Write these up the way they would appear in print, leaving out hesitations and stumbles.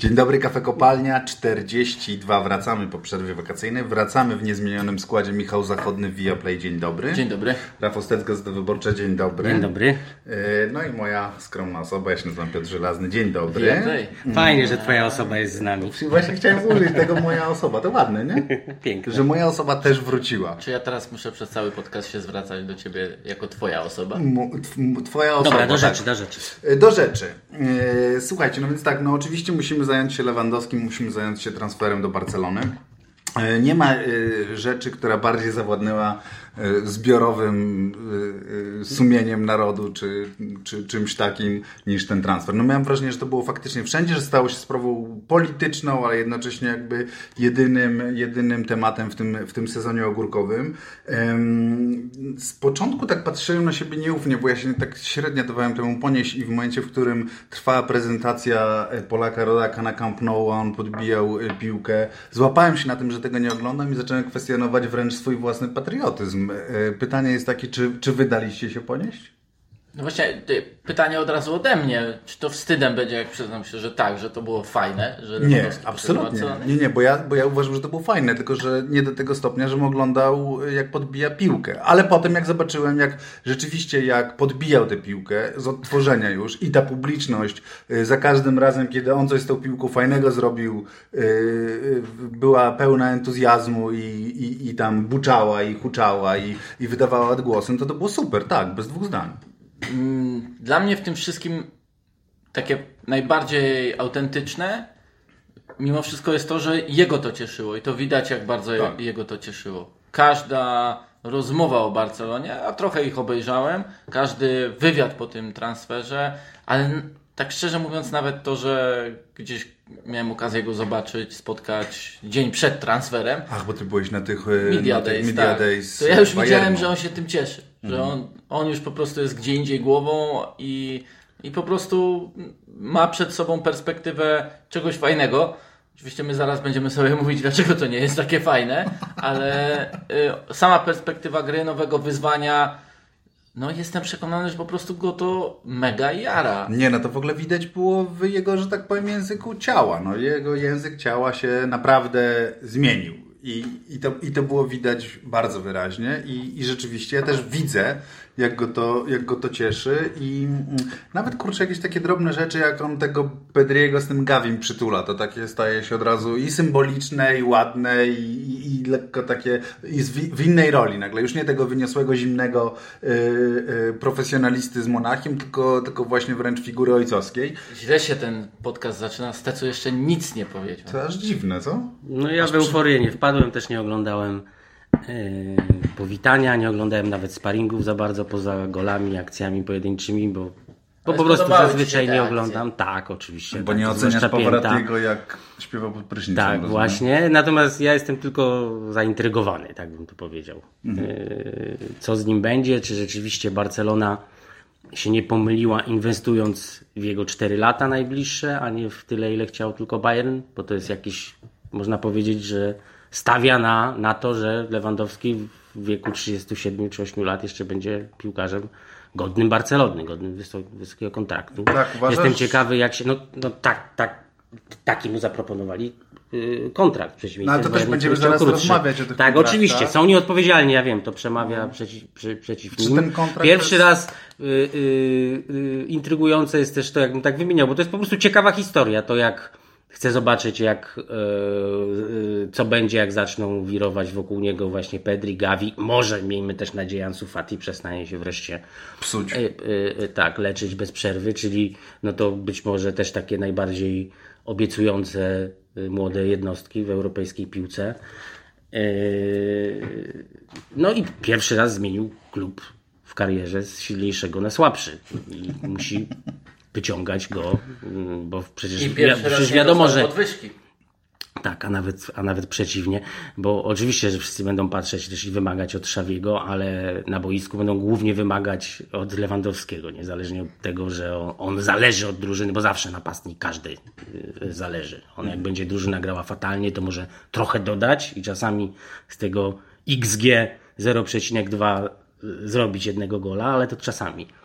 Dzień dobry, Kafe Kopalnia 42. Wracamy po przerwie wakacyjnej. Wracamy w niezmienionym składzie. Michał Zachodny, Viaplay. Dzień dobry. Dzień dobry. Rafał Stec, Gazeta Wyborcza. Dzień dobry. Dzień dobry. No i moja skromna osoba. Ja się nazywam Piotr Żelazny. Dzień dobry. Viaplay. Fajnie, że twoja osoba jest z nami. Właśnie chciałem użyć tego moja osoba. To ładne, nie? Piękne. Że moja osoba też wróciła. Czy ja teraz muszę przez cały podcast się zwracać do ciebie jako twoja osoba? Twoja osoba. Dobra, do rzeczy, tak. do rzeczy. Do rzeczy. Słuchajcie, no więc tak, no oczywiście musimy zająć się Lewandowskim, musimy zająć się transferem do Barcelony. Nie ma rzeczy, która bardziej zawładnęła zbiorowym sumieniem narodu, czy czymś takim niż ten transfer. No miałem wrażenie, że to było faktycznie wszędzie, że stało się sprawą polityczną, ale jednocześnie jakby jedynym tematem w tym sezonie ogórkowym. Z początku tak patrzyłem na siebie nieufnie, bo ja się tak średnio dawałem temu ponieść i w momencie, w którym trwała prezentacja Polaka Rodaka na Camp Nou, a on podbijał piłkę, złapałem się na tym, że tego nie oglądam i zacząłem kwestionować wręcz swój własny patriotyzm. Pytanie jest takie, czy wy daliście się ponieść? No właśnie, pytanie od razu ode mnie. Czy to wstydem będzie, jak przyznam się, że tak, że to było fajne? Że Nie, absolutnie. Nie, bo ja uważam, że to było fajne, tylko że nie do tego stopnia, żebym oglądał, jak podbija piłkę. Ale potem, jak zobaczyłem, jak podbijał tę piłkę z odtworzenia już i ta publiczność za każdym razem, kiedy on coś z tą piłką fajnego zrobił, była pełna entuzjazmu i tam buczała i huczała i wydawała odgłosy, to było super, tak, bez dwóch zdań. Dla mnie w tym wszystkim takie najbardziej autentyczne mimo wszystko jest to, że jego to cieszyło i to widać, jak bardzo jego to cieszyło. Każda rozmowa o Barcelonie, a trochę ich obejrzałem, każdy wywiad po tym transferze, ale tak szczerze mówiąc nawet to, że gdzieś miałem okazję go zobaczyć, spotkać dzień przed transferem. Ach, bo ty byłeś na tych Media Days. To ja już widziałem, że on się tym cieszy. Że on już po prostu jest gdzie indziej głową i po prostu ma przed sobą perspektywę czegoś fajnego. Oczywiście my zaraz będziemy sobie mówić, dlaczego to nie jest takie fajne, ale sama perspektywa gry, nowego wyzwania, no jestem przekonany, że po prostu go to mega jara. Nie, no to w ogóle widać było w jego, że tak powiem, języku ciała. No jego język ciała się naprawdę zmienił. I to było widać bardzo wyraźnie i rzeczywiście ja też widzę, jak go to cieszy i nawet kurczę jakieś takie drobne rzeczy, jak on tego Pedriego z tym Gavim przytula, to takie staje się od razu i symboliczne, i ładne, i lekko takie, i w innej roli nagle, już nie tego wyniosłego, zimnego profesjonalisty z Monachium, tylko właśnie wręcz figury ojcowskiej. Źle się ten podcast zaczyna, z Tecu jeszcze nic nie powiedział. To aż dziwne, co? No ja w euforię nie wpadłem, też nie oglądałem powitania, nie oglądałem nawet sparingów za bardzo, poza golami, akcjami pojedynczymi, bo po prostu zazwyczaj nie oglądam. Akcje. Tak, oczywiście. Bo nie oceniasz Pawratiego, jak śpiewał pod prysznicem. Tak, rozumiem. Właśnie. Natomiast ja jestem tylko zaintrygowany, tak bym to powiedział. Co z nim będzie? Czy rzeczywiście Barcelona się nie pomyliła, inwestując w jego 4 lata najbliższe, a nie w tyle, ile chciał tylko Bayern? Bo to jest jakiś, można powiedzieć, że stawia na to, że Lewandowski w wieku 37 czy 8 lat jeszcze będzie piłkarzem godnym Barcelony, godnym wysokiego kontraktu. Tak, uważasz? Jestem ciekawy, jak się... taki mu zaproponowali kontrakt. No ale to też będziemy zaraz rozmawiać o tych tak, oczywiście. Są nieodpowiedzialni, ja wiem, to przemawia przeciw nim. Pierwszy raz intrygujące jest też to, jakbym tak wymieniał, bo to jest po prostu ciekawa historia, to jak chcę zobaczyć, co będzie, jak zaczną wirować wokół niego właśnie Pedri, Gavi. Może, miejmy też nadzieję, Ansu Fati przestanie się wreszcie psuć. Leczyć bez przerwy, czyli no to być może też takie najbardziej obiecujące młode jednostki w europejskiej piłce. No i pierwszy raz zmienił klub w karierze z silniejszego na słabszy. I musi wyciągać go, bo przecież wiadomo, że podwyżki. Tak, a nawet przeciwnie, bo oczywiście, że wszyscy będą patrzeć też i wymagać od Xaviego, ale na boisku będą głównie wymagać od Lewandowskiego, niezależnie od tego, że on zależy od drużyny, bo zawsze napastnik każdy zależy. On jak będzie drużyna grała fatalnie, to może trochę dodać i czasami z tego XG 0,2 zrobić jednego gola, ale to czasami.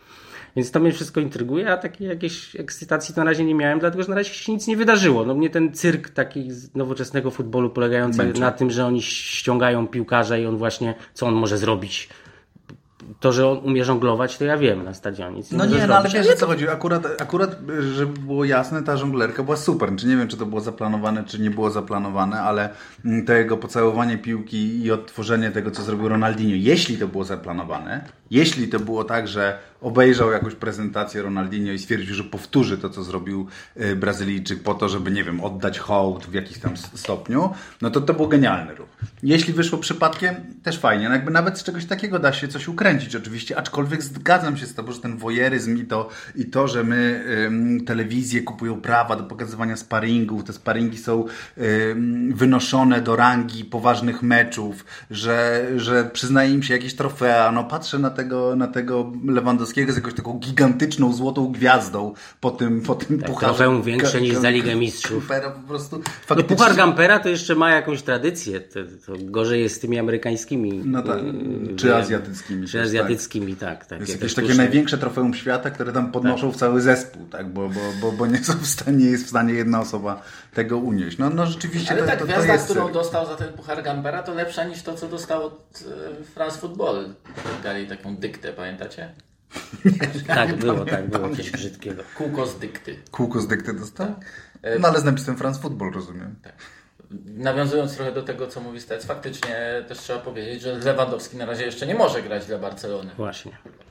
Więc to mnie wszystko intryguje, a takiej jakiejś ekscytacji to na razie nie miałem, dlatego że na razie się nic nie wydarzyło. No mnie ten cyrk taki z nowoczesnego futbolu polegający na tym, że oni ściągają piłkarza i on właśnie, co on może zrobić. To, że on umie żonglować, to ja wiem na stadionie. No nie, ale wiesz o co chodzi. Akurat, żeby było jasne, ta żonglerka była super. Czy nie wiem, czy to było zaplanowane, czy nie było zaplanowane, ale to jego pocałowanie piłki i odtworzenie tego, co zrobił Ronaldinho, jeśli to było zaplanowane, jeśli to było tak, że obejrzał jakąś prezentację Ronaldinho i stwierdził, że powtórzy to, co zrobił Brazylijczyk po to, żeby, nie wiem, oddać hołd w jakimś tam stopniu, no to był genialny ruch. Jeśli wyszło przypadkiem, też fajnie. No jakby nawet z czegoś takiego da się coś ukręcić oczywiście, aczkolwiek zgadzam się z tobą, że ten wojeryzm i to, że my telewizje kupują prawa do pokazywania sparingów, te sparingi są wynoszone do rangi poważnych meczów, że przyznaje im się jakieś trofea. No patrzę na tego Lewandowskiego z jakąś taką gigantyczną złotą gwiazdą po tym pucharze. Trofeum większe niż za Ligę Mistrzów. Po prostu no Puchar Gampera to jeszcze ma jakąś tradycję. To gorzej jest z tymi amerykańskimi. No tak. Czy azjatyckimi. Czy azjatyckimi, tak. Jest jakieś takie największe trofeum świata, które tam podnoszą w cały zespół, tak? Bo nie jest w stanie jedna osoba tego unieść. No rzeczywiście ale to gwiazda, jest którą dostał za ten Puchar Gampera, to lepsza niż to, co dostał od France Football. Dali taką dyktę, pamiętacie? Tak, było coś brzydkiego. Kółko z dykty dostał? Tak. No ale z napisem France Football, rozumiem. Tak. Nawiązując trochę do tego, co mówi Stec, faktycznie też trzeba powiedzieć, że Lewandowski na razie jeszcze nie może grać dla Barcelony. Właśnie.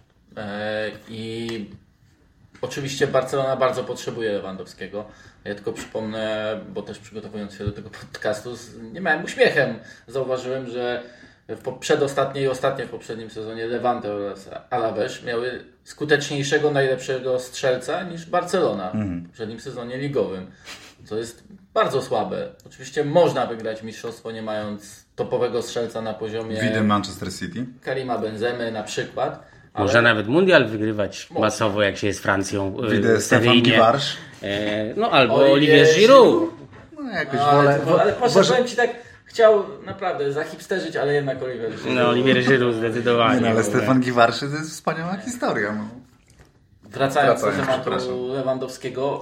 I oczywiście Barcelona bardzo potrzebuje Lewandowskiego. Ja tylko przypomnę, bo też przygotowując się do tego podcastu, z niemałym uśmiechem zauważyłem, że w przedostatniej i ostatniej w poprzednim sezonie Levante oraz Alaves miały skuteczniejszego, najlepszego strzelca niż Barcelona w poprzednim sezonie ligowym. Co jest bardzo słabe. Oczywiście można wygrać mistrzostwo nie mając topowego strzelca na poziomie widzę Manchester City, Karima Benzemy na przykład. Można nawet mundial wygrywać masowo, jak się jest Francją. Widzę Stefan Givarsz. No albo Olivier Giroud. No jakoś ale powiem Ci tak, chciał naprawdę zahipsterzyć, ale jednak Olivier Giroud. No Olivier Giroud zdecydowanie. Nie, ale Stefan Givarsz to jest wspaniała historia. No. Wracając do tematu Lewandowskiego,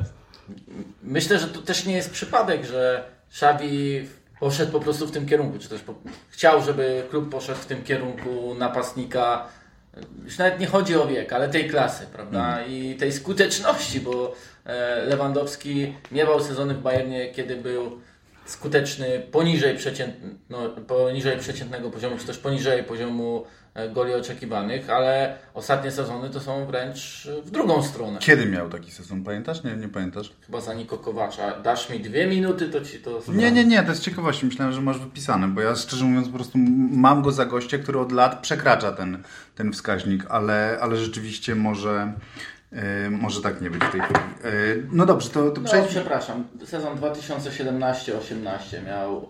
myślę, że to też nie jest przypadek, że Xavi poszedł po prostu w tym kierunku, czy też chciał, żeby klub poszedł w tym kierunku napastnika. Już nawet nie chodzi o wiek, ale tej klasy, prawda? I tej skuteczności, bo Lewandowski miewał sezony w Bayernie, kiedy był skuteczny poniżej przeciętnego poziomu, czy też poniżej poziomu goli oczekiwanych, ale ostatnie sezony to są wręcz w drugą stronę. Kiedy miał taki sezon? Pamiętasz? Nie pamiętasz? Chyba za Niko Kowacza. Dasz mi 2 minuty, to ci to... Nie, to jest ciekawości. Myślałem, że masz wypisane, bo ja szczerze mówiąc po prostu mam go za gościa, który od lat przekracza ten wskaźnik, ale rzeczywiście może tak nie być w tej chwili. No dobrze, to przejdźmy. Przepraszam. Sezon 2017-18 miał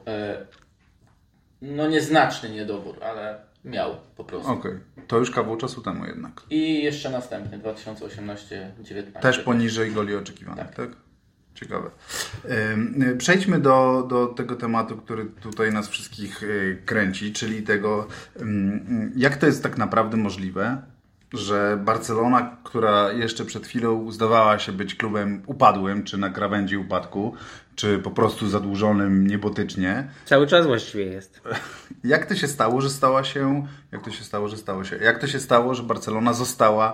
nieznaczny niedobór, ale miał po prostu. Okej. To już kawał czasu temu jednak. I jeszcze następny, 2018-19. Też poniżej goli oczekiwanych, tak? Ciekawe. Przejdźmy do tego tematu, który tutaj nas wszystkich kręci, czyli tego, jak to jest tak naprawdę możliwe, że Barcelona, która jeszcze przed chwilą zdawała się być klubem upadłym, czy na krawędzi upadku, czy po prostu zadłużonym niebotycznie. Cały czas właściwie jest. Jak to się stało, że stała się... Jak to się stało, że Barcelona została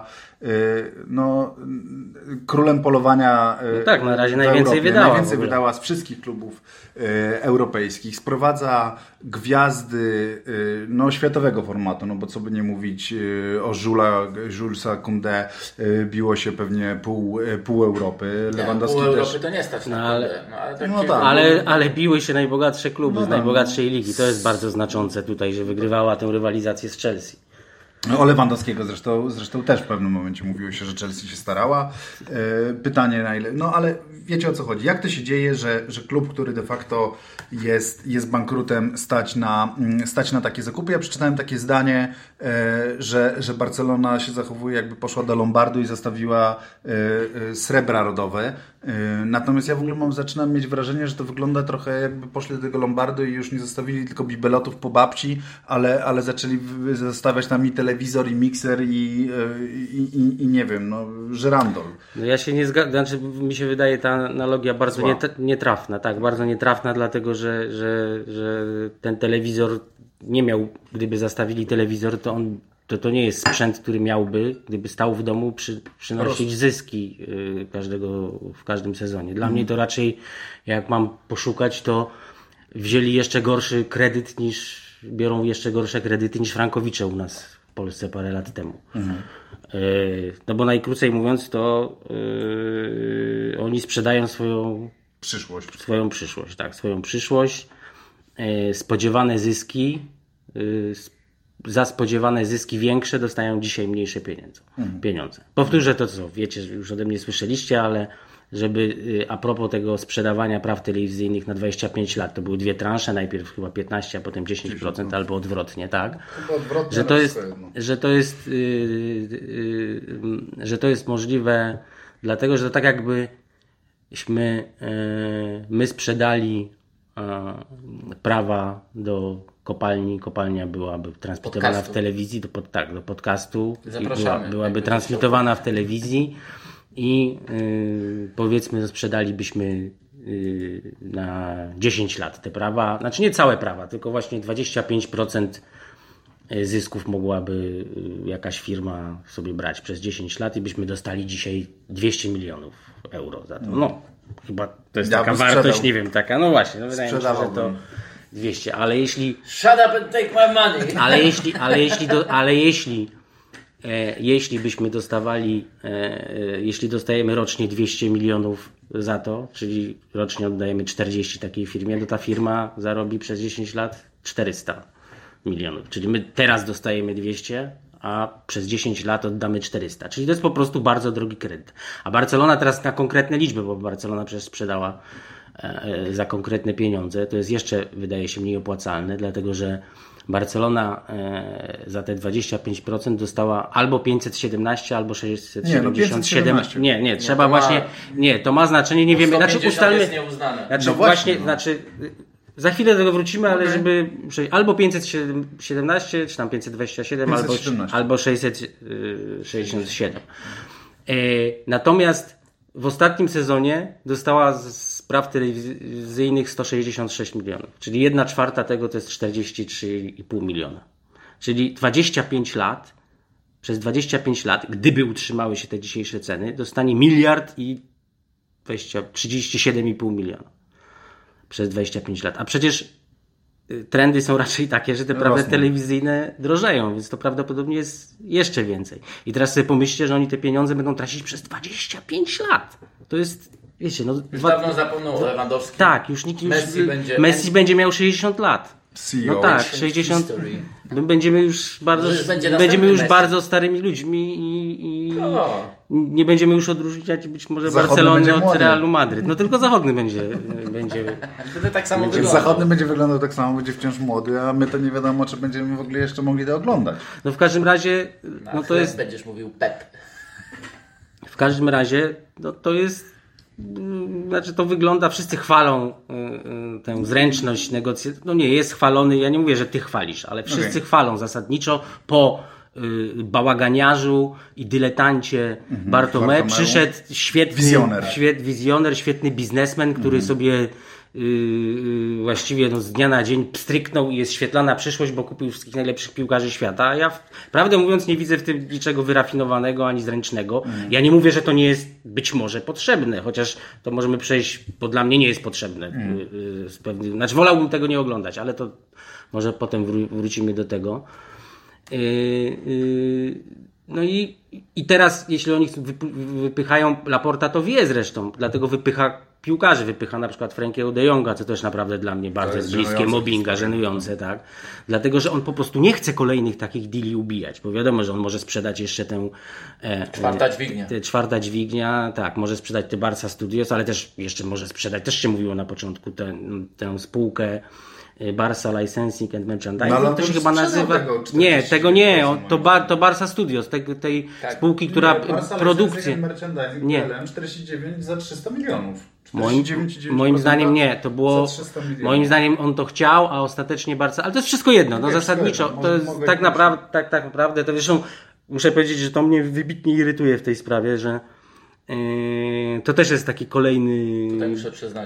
królem polowania no tak, na razie najwięcej wydała. Najwięcej wydała z wszystkich klubów europejskich. Sprowadza gwiazdy światowego formatu, no bo co by nie mówić o Julesa Koundé, biło się pewnie pół Europy. Lewandowski pół też... Europy to nie stać na ale biły się najbogatsze kluby z najbogatszej ligi. To jest bardzo znaczące tutaj, że wygrywała tę rywalizację z Chelsea. O Lewandowskiego zresztą też w pewnym momencie mówiło się, że Chelsea się starała. Pytanie na ile... No ale wiecie o co chodzi. Jak to się dzieje, że klub, który de facto jest bankrutem, stać na takie zakupy? Ja przeczytałem takie zdanie, że Barcelona się zachowuje, jakby poszła do Lombardu i zostawiła srebra rodowe. Natomiast ja w ogóle zaczynam mieć wrażenie, że to wygląda trochę jakby poszli do tego Lombardu i już nie zostawili tylko bibelotów po babci, ale zaczęli zostawiać tam i telewizor i mikser i nie wiem, no, żyrandol. No ja się nie zgadzam, znaczy mi się wydaje ta analogia bardzo nietrafna, tak, bardzo nietrafna, dlatego że ten telewizor nie miał, gdyby zastawili telewizor, to nie jest sprzęt, który miałby, gdyby stał w domu, przynosić zyski w każdym sezonie. Dla mnie to raczej, jak mam poszukać, to wzięli jeszcze gorszy kredyt biorą jeszcze gorsze kredyty niż frankowicze u nas w Polsce parę lat temu. No bo najkrócej mówiąc, to oni sprzedają swoją przyszłość, tak, swoją przyszłość, spodziewane zyski, za spodziewane zyski większe dostają dzisiaj mniejsze pieniądze. Powtórzę to, co wiecie, już ode mnie słyszeliście, ale żeby a propos tego sprzedawania praw telewizyjnych na 25 lat, to były dwie transze, najpierw chyba 15, a potem 10%, albo odwrotnie, tak? Chyba odwrotnie, że to jest możliwe, dlatego, że to tak jakbyśmy my sprzedali prawa do kopalnia byłaby transmitowana w telewizji, do podcastu, byłaby transmitowana w telewizji i powiedzmy sprzedalibyśmy na 10 lat te prawa, znaczy nie całe prawa, tylko właśnie 25% zysków mogłaby jakaś firma sobie brać przez 10 lat i byśmy dostali dzisiaj 200 milionów euro za to. No, chyba to jest taka wartość, nie wiem, taka, no właśnie, no wydaje mi się, że to 200, ale jeśli... Shut up and take my money! Jeśli byśmy dostawali, jeśli dostajemy rocznie 200 milionów za to, czyli rocznie oddajemy 40 takiej firmie, to ta firma zarobi przez 10 lat 400 milionów. Czyli my teraz dostajemy 200, a przez 10 lat oddamy 400. Czyli to jest po prostu bardzo drogi kredyt. A Barcelona teraz na konkretne liczby, bo Barcelona przecież sprzedała za konkretne pieniądze, to jest jeszcze, wydaje się, mniej opłacalne, dlatego że Barcelona za te 25% dostała albo 517, albo 677. Nie, trzeba właśnie. Nie, to ma znaczenie, nie wiemy. Znaczy ustalmy. Jest nieuznane. Znaczy, właśnie, znaczy. Za chwilę do tego wrócimy, ale żeby albo 517, czy tam 527, 517. albo 667. Natomiast w ostatnim sezonie dostała z praw telewizyjnych 166 milionów, czyli 1/4 tego to jest 43,5 miliona. Czyli 25 lat, przez 25 lat, gdyby utrzymały się te dzisiejsze ceny, dostanie 1,37,5 miliona. Przez 25 lat. A przecież trendy są raczej takie, że te prawa telewizyjne drożeją, więc to prawdopodobnie jest jeszcze więcej. I teraz sobie pomyślcie, że oni te pieniądze będą tracić przez 25 lat. To jest, wiecie, no... Już dawno zapomniał o Lewandowskim. Tak, Messi będzie miał 60 lat. CEO. No tak, 60. Będziemy już bardzo starymi ludźmi i nie będziemy już odróżniać być może Barcelony od Realu Madryt. No tylko zachodni będzie. Wtedy tak samo wygląda. Zachodni będzie wyglądał tak samo, będzie wciąż młody, a my to nie wiadomo, czy będziemy w ogóle jeszcze mogli to oglądać. No w każdym razie, no to jest. Będziesz mówił Pep. W każdym razie, no to jest. Znaczy to wygląda, wszyscy chwalą tę zręczność negocjacji. No nie, jest chwalony, ja nie mówię, że ty chwalisz, ale wszyscy chwalą zasadniczo po bałaganiarzu i dyletancie Bartomeu przyszedł wizjoner, świetny biznesmen, który sobie właściwie z dnia na dzień pstryknął i jest świetlana przyszłość, bo kupił wszystkich najlepszych piłkarzy świata. A ja prawdę mówiąc nie widzę w tym niczego wyrafinowanego ani zręcznego. Ja nie mówię, że to nie jest być może potrzebne, chociaż to możemy przejść, bo dla mnie nie jest potrzebne. Znaczy wolałbym tego nie oglądać, ale to może potem wrócimy do tego. No i teraz, jeśli oni wypychają Laporta, to wie zresztą, dlatego wypycha piłkarzy, wypycha na przykład Frankiego de Jonga, co też naprawdę dla mnie bardzo jest bliskie mobbinga, żenujące, tak? Dlatego, że on po prostu nie chce kolejnych takich deali ubijać, bo wiadomo, że on może sprzedać jeszcze tę czwarta dźwignia, tak, może sprzedać te Barca Studios, ale też jeszcze może sprzedać, też się mówiło na początku, tę spółkę Barca Licensing and Merchandising, ale to się chyba nazywa... Tego nie, to Barca Studios, tej spółki, która produkcję... Nie. 49 za 300 milionów. Moim zdaniem nie, to było... Moim zdaniem on to chciał, a ostatecznie Barca... Ale to jest wszystko jedno, no zasadniczo, to jest tak naprawdę, to zresztą muszę powiedzieć, że to mnie wybitnie irytuje w tej sprawie, że to też jest taki kolejny... Tutaj muszę przyznać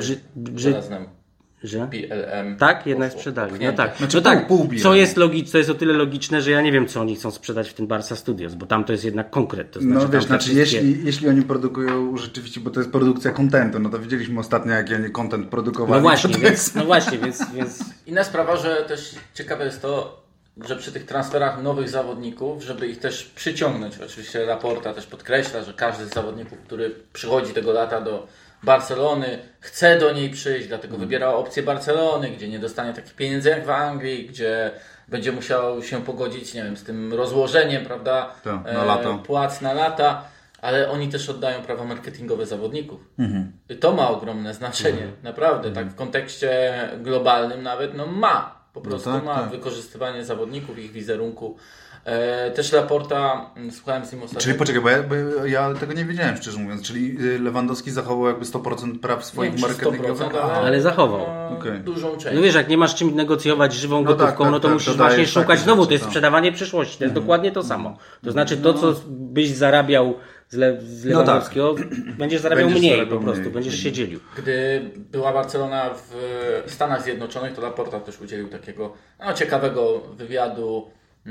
że? PLM. Tak, jednak sprzedali. No tak. Co jest o tyle logiczne, że ja nie wiem, co oni chcą sprzedać w tym Barca Studios, bo tam to jest jednak konkret. To znaczy, jeśli oni produkują rzeczywiście, bo to jest produkcja kontentu, no to widzieliśmy ostatnio, jaki oni content produkowali. No właśnie, więc... Inna sprawa, że też ciekawe jest to, że przy tych transferach nowych zawodników, żeby ich też przyciągnąć, oczywiście Laporta też podkreśla, że każdy z zawodników, który przychodzi tego lata do Barcelony, chce do niej przyjść, dlatego wybiera opcję Barcelony, gdzie nie dostanie takich pieniędzy jak w Anglii, gdzie będzie musiał się pogodzić, nie wiem, z tym rozłożeniem, prawda, płac na lata, ale oni też oddają prawa marketingowe zawodników. I to ma ogromne znaczenie, naprawdę, tak w kontekście globalnym nawet, ma. Po prostu wykorzystywanie zawodników, ich wizerunku. Też Laporta, słuchałem z nim ostatnio. Czyli poczekaj, bo ja tego nie wiedziałem, szczerze mówiąc. Czyli Lewandowski zachował jakby 100% praw swoich marketingowych. Ale zachował. Dużą część. No wiesz, jak nie masz czym negocjować żywą gotówką, to musisz właśnie szukać znowu. To jest sprzedawanie przyszłości. To jest dokładnie to samo. To znaczy to, co byś zarabiał z Lewandowskiego, będziesz zarabiał mniej po prostu. Będziesz się dzielił. Gdy była Barcelona w Stanach Zjednoczonych, to Laporta też udzielił takiego ciekawego wywiadu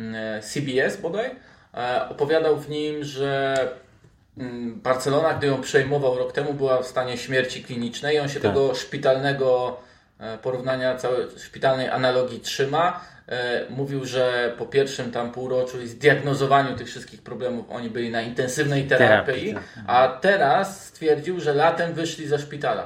CBS bodaj. Opowiadał w nim, że Barcelona, gdy ją przejmował rok temu, była w stanie śmierci klinicznej i on się tego szpitalnego porównania, całej szpitalnej analogii trzyma. Mówił, że po pierwszym tam półroczu i zdiagnozowaniu tych wszystkich problemów oni byli na intensywnej terapii, a teraz stwierdził, że latem wyszli ze szpitala.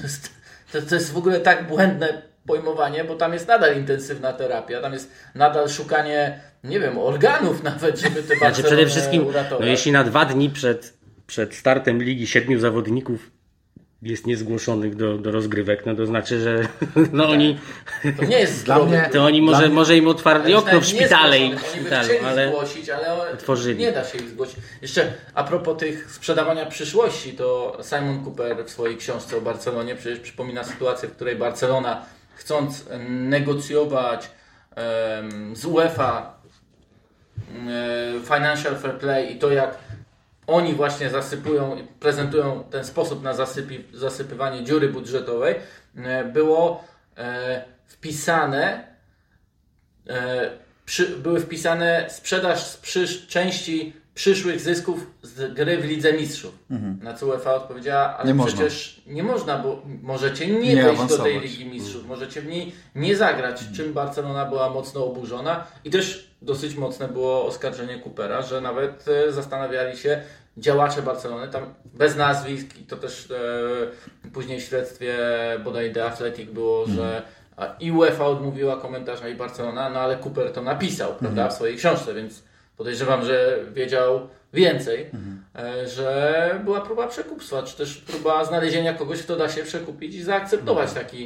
To jest w ogóle tak błędne pojmowanie, bo tam jest nadal intensywna terapia, tam jest nadal szukanie, nie wiem, organów nawet, żeby te Barcelonę przede wszystkim, uratować. Jeśli na 2 dni przed startem ligi 7 zawodników jest niezgłoszonych do rozgrywek, to znaczy, że oni... To nie jest dla mnie. To oni może im otwarli okno w szpitalu, ale zgłosić, ale otworzyli. Nie da się ich zgłosić. Jeszcze a propos tych sprzedawania przyszłości, to Simon Cooper w swojej książce o Barcelonie przecież przypomina sytuację, w której Barcelona, chcąc negocjować z UEFA Financial Fair Play i to, jak oni właśnie zasypują i prezentują ten sposób na zasypywanie dziury budżetowej, było były wpisane sprzedaż części przyszłych zysków z gry w Lidze Mistrzów. Na co UEFA odpowiedziała, ale przecież nie można, bo możecie nie wejść do tej Ligi Mistrzów, możecie w niej nie zagrać, czym Barcelona była mocno oburzona i też dosyć mocne było oskarżenie Coopera, że nawet zastanawiali się działacze Barcelony, tam bez nazwisk i to też później w śledztwie bodaj The Athletic było, że i UEFA odmówiła komentarza i Barcelona, ale Cooper to napisał, prawda, w swojej książce, więc podejrzewam, że wiedział więcej, że była próba przekupstwa, czy też próba znalezienia kogoś, kto da się przekupić i zaakceptować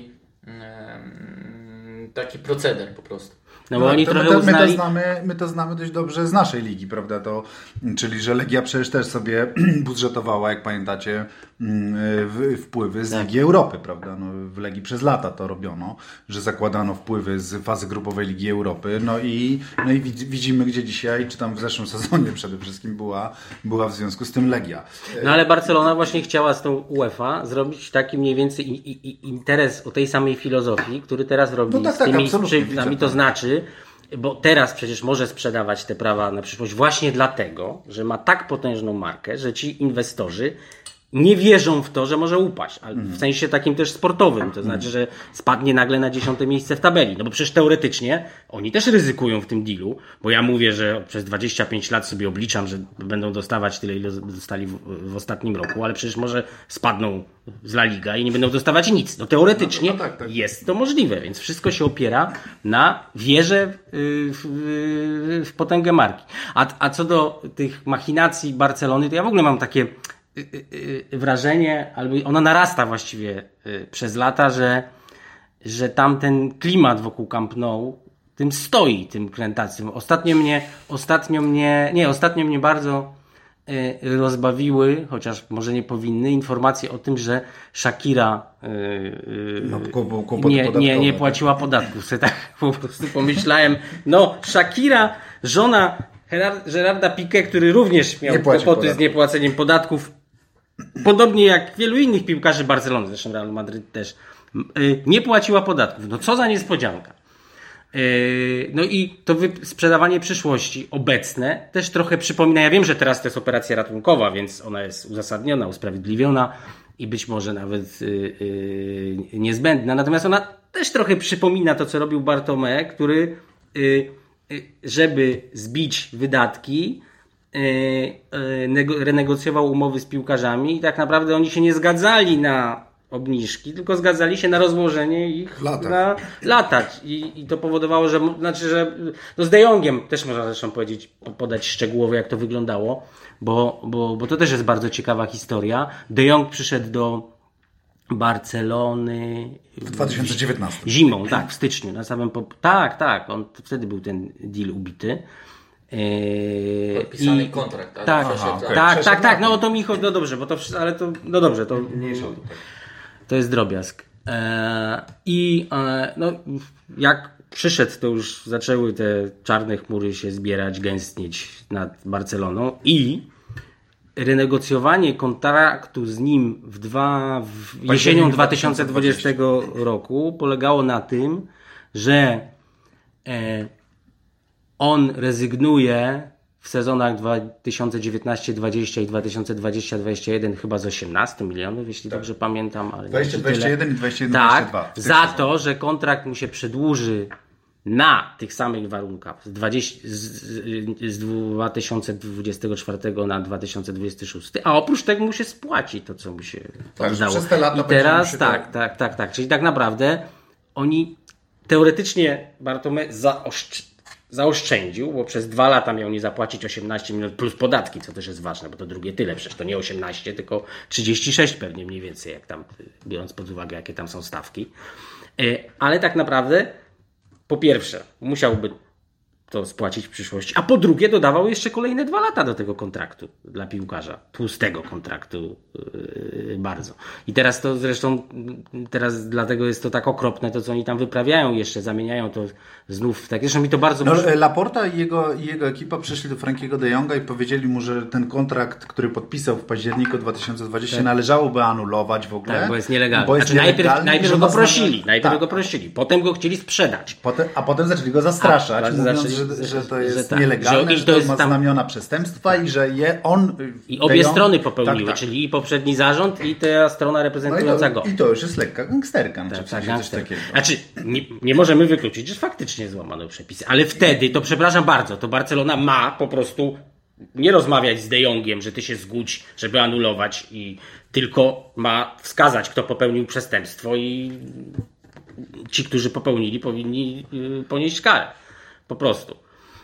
taki proceder po prostu. Bo oni trochę uznali... My to znamy dość dobrze z naszej ligi, prawda? Czyli, że Legia przecież też sobie budżetowała, jak pamiętacie, wpływy z Ligi Europy, prawda? W Legii przez lata to robiono, że zakładano wpływy z fazy grupowej Ligi Europy. No i widzimy, gdzie dzisiaj, czy tam w zeszłym sezonie przede wszystkim była w związku z tym Legia. Ale Barcelona właśnie chciała z tą UEFA zrobić taki mniej więcej interes o tej samej filozofii, który teraz robi z tymi sprzywdami, to znaczy, bo teraz przecież może sprzedawać te prawa na przyszłość właśnie dlatego, że ma tak potężną markę, że ci inwestorzy nie wierzą w to, że może upaść, ale w sensie takim też sportowym, to znaczy, że spadnie nagle na 10. miejsce w tabeli, bo przecież teoretycznie oni też ryzykują w tym dealu, bo ja mówię, że przez 25 lat sobie obliczam, że będą dostawać tyle, ile dostali w ostatnim roku, ale przecież może spadną z La Liga i nie będą dostawać nic. Teoretycznie tak. Jest to możliwe, więc wszystko się opiera na wierze w potęgę marki. A co do tych machinacji Barcelony, to ja w ogóle mam takie wrażenie, albo ona narasta właściwie przez lata, że że tam ten klimat wokół Camp Nou tym stoi, tym krętacym. Ostatnio mnie bardzo rozbawiły, chociaż może nie powinny, informacje o tym, że Shakira nie płaciła podatków. Sobie tak po prostu pomyślałem, Shakira, żona Gerarda Piqué, który również miał kłopoty z niepłaceniem podatków, podobnie jak wielu innych piłkarzy Barcelony, zresztą Real Madryt też, nie płaciła podatków. No co za niespodzianka. No i to sprzedawanie przyszłości obecne też trochę przypomina, ja wiem, że teraz to jest operacja ratunkowa, więc ona jest uzasadniona, usprawiedliwiona i być może nawet niezbędna, natomiast ona też trochę przypomina to, co robił Bartomeu, który żeby zbić wydatki renegocjował umowy z piłkarzami i tak naprawdę oni się nie zgadzali na obniżki, tylko zgadzali się na rozłożenie ich na lata. I to powodowało, że z De Jongiem też można zresztą podać szczegółowo, jak to wyglądało, bo to też jest bardzo ciekawa historia. De Jong przyszedł do Barcelony w 2019. Zimą, tak, w styczniu. On wtedy był ten deal ubity. Podpisany kontrakt. Tak, no o to mi chodzi, no dobrze, bo to, ale to, no dobrze, to to jest drobiazg. Jak przyszedł, to już zaczęły te czarne chmury się zbierać, gęstnieć nad Barceloną i renegocjowanie kontraktu z nim jesienią 2020 roku polegało na tym, że on rezygnuje w sezonach 2019-20 i 2020-2021 chyba z 18 milionów, jeśli dobrze pamiętam. 2021 i 2021-2022. Tak, za to, że kontrakt mu się przedłuży na tych samych warunkach z 2024 na 2026, a oprócz tego mu się spłaci to, co mu się udało. Przez te lata i teraz tak. Czyli tak naprawdę oni teoretycznie Bartomeu zaoszczędził, bo przez 2 lata miał nie zapłacić 18 milionów plus podatki, co też jest ważne, bo to drugie tyle, przecież to nie 18, tylko 36 pewnie mniej więcej, jak tam, biorąc pod uwagę, jakie tam są stawki. Ale tak naprawdę, po pierwsze, musiałby to spłacić w przyszłości, a po drugie dodawał jeszcze kolejne 2 lata do tego kontraktu dla piłkarza, tłustego kontraktu bardzo. I teraz to zresztą, dlatego jest to tak okropne, to co oni tam wyprawiają jeszcze, zamieniają to znów w tak, zresztą mi to bardzo... Laporta i jego ekipa przyszli do Frankiego de Jonga i powiedzieli mu, że ten kontrakt, który podpisał w październiku 2020 należałoby anulować w ogóle. Tak, bo jest nielegalny. Najpierw go prosili, potem go chcieli sprzedać. A potem zaczęli go zastraszać, mówiąc, że to jest nielegalne, że to ma znamiona przestępstwa i że on... I obie strony popełniły, czyli i poprzedni zarząd i ta strona reprezentująca go. I to już jest lekka gangsterka. Znaczy, nie możemy wykluczyć, że faktycznie złamano przepisy, ale wtedy, to przepraszam bardzo, to Barcelona ma po prostu nie rozmawiać z De Jongiem, że ty się zgódź, żeby anulować, i tylko ma wskazać, kto popełnił przestępstwo, i ci, którzy popełnili, powinni ponieść karę. Po prostu.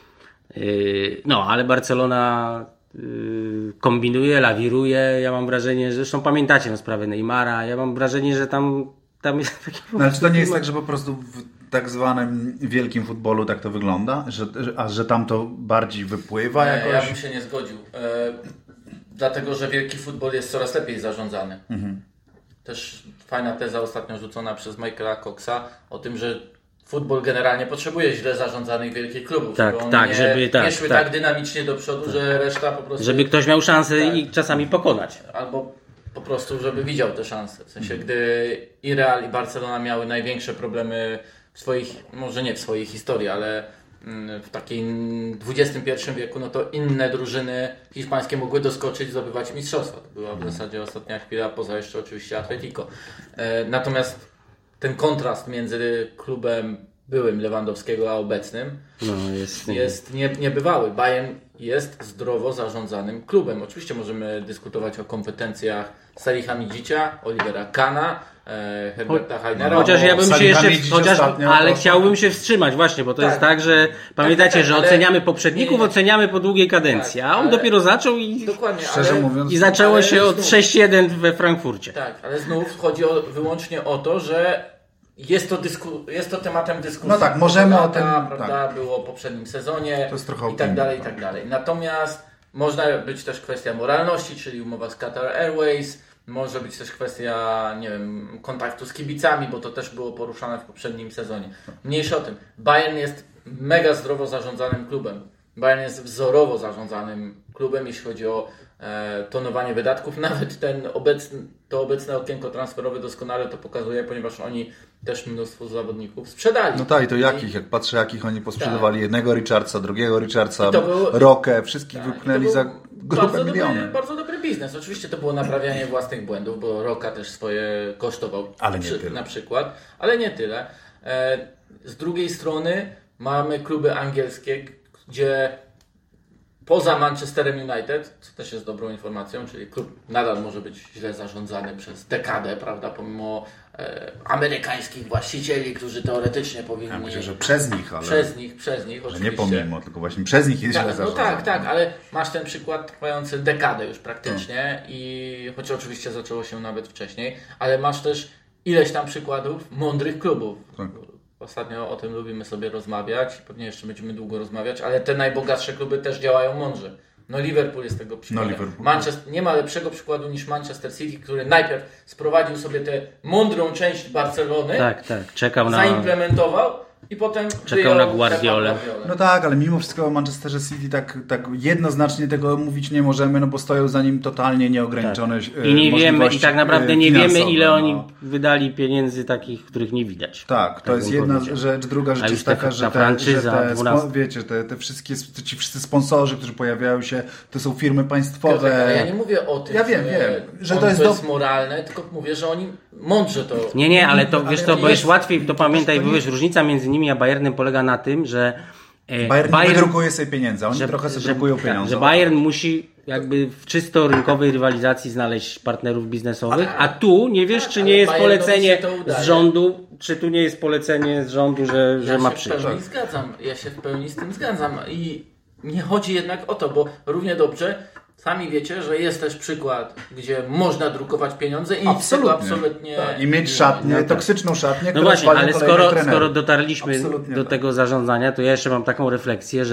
Ale Barcelona kombinuje, lawiruje. Ja mam wrażenie, że zresztą pamiętacie sprawę Neymara, ja mam wrażenie, że tam jest taki... Znaczy to nie jest tak, że po prostu w tak zwanym wielkim futbolu tak to wygląda? Że tam to bardziej wypływa jakoś? Ja bym się nie zgodził. Dlatego, że wielki futbol jest coraz lepiej zarządzany. Mhm. Też fajna teza ostatnio rzucona przez Michaela Coxa o tym, że futbol generalnie potrzebuje źle zarządzanych wielkich klubów, żeby nie szły tak dynamicznie do przodu, że reszta po prostu... Żeby ktoś miał szansę ich czasami pokonać. Albo po prostu, żeby widział te szanse. W sensie, gdy i Real, i Barcelona miały największe problemy w swoich, może nie w swojej historii, ale w takim XXI wieku, no to inne drużyny hiszpańskie mogły doskoczyć, zdobywać mistrzostwa. To była w zasadzie ostatnia chwila, poza jeszcze oczywiście Atletico. Natomiast ten kontrast między klubem byłym Lewandowskiego a obecnym jest niebywały. Bayern jest zdrowo zarządzanym klubem. Oczywiście możemy dyskutować o kompetencjach Saliha Midzicia, Olivera Kahna, Herberta Heinera. Chociaż ja bym się jeszcze... chciałbym się wstrzymać właśnie, bo to jest tak, że pamiętacie, że oceniamy poprzedników, oceniamy po długiej kadencji, a on dopiero zaczął i... Dokładnie, i zaczęło się od 6-1 we Frankfurcie. Tak, ale znów chodzi wyłącznie o to, że jest to tematem dyskusji. No tak, możemy o tym... Prawda, tak. było w poprzednim sezonie to jest trochę i tak dalej, i tak dalej. Natomiast można być też kwestia moralności, czyli umowa z Qatar Airways, może być też kwestia, nie wiem, kontaktu z kibicami, bo to też było poruszane w poprzednim sezonie. Mniejsza o tym. Bayern jest mega zdrowo zarządzanym klubem. Bayern jest wzorowo zarządzanym klubem, jeśli chodzi o tonowanie wydatków. Nawet to obecne okienko transferowe doskonale to pokazuje, ponieważ oni też mnóstwo zawodników sprzedali. No tak, i to jakich? Jak patrzę, jakich oni posprzedawali. Tak. Jednego Richardsa, drugiego Richardsa, Rokę, wszystkich wypchnęli za grube miliony. Bardzo dobry biznes. Oczywiście to było naprawianie własnych błędów, bo Roka też swoje kosztował. Ale nie tyle. Na przykład. Ale nie tyle. Z drugiej strony mamy kluby angielskie, gdzie poza Manchesterem United, co też jest dobrą informacją, czyli klub nadal może być źle zarządzany przez dekadę, prawda, pomimo amerykańskich właścicieli, którzy teoretycznie powinni... Ja myślę, że przez nich, ale... Przez nich, oczywiście. Że nie pomimo, tylko właśnie przez nich jest źle zarządzany. No tak, ale masz ten przykład trwający dekadę już praktycznie i choć oczywiście zaczęło się nawet wcześniej, ale masz też ileś tam przykładów mądrych klubów. Tak. Ostatnio o tym lubimy sobie rozmawiać, pewnie jeszcze będziemy długo rozmawiać, ale te najbogatsze kluby też działają mądrze. No Liverpool jest tego przykładem. Nie ma lepszego przykładu niż Manchester City, który najpierw sprowadził sobie tę mądrą część Barcelony, zaimplementował i potem czekał na Guardiolę. No tak, ale mimo wszystko o Manchesterze City tak jednoznacznie tego mówić nie możemy, no bo stoją za nim totalnie nieograniczone I nie wiemy, i tak naprawdę nie wiemy, ile oni wydali pieniędzy takich, których nie widać. Tak, to jest jedna rzecz. Druga rzecz jest taka, że te wszystkie, ci wszyscy sponsorzy, którzy pojawiają się, to są firmy państwowe. Ale ja nie mówię o tym, że to jest moralne, tylko mówię, że oni mądrze to... Nie, ale to wiesz to, bo jest łatwiej, to pamiętaj, bo wiesz, różnica między nimi a Bayernem polega na tym, że Bayern nie drukuje sobie pieniędzy, oni trochę sobie drukują pieniądze. Że Bayern musi jakby w czysto rynkowej rywalizacji znaleźć partnerów biznesowych, a tu nie wiesz, czy nie jest polecenie z rządu, czy tu nie jest polecenie z rządu, że ma przyjść. Ja się w pełni z tym zgadzam i nie chodzi jednak o to, bo równie dobrze sami wiecie, że jest też przykład, gdzie można drukować pieniądze i absolutnie tak. I mieć szatnię, toksyczną szatnię, no właśnie, ale skoro dotarliśmy do tego zarządzania, to ja jeszcze mam taką refleksję,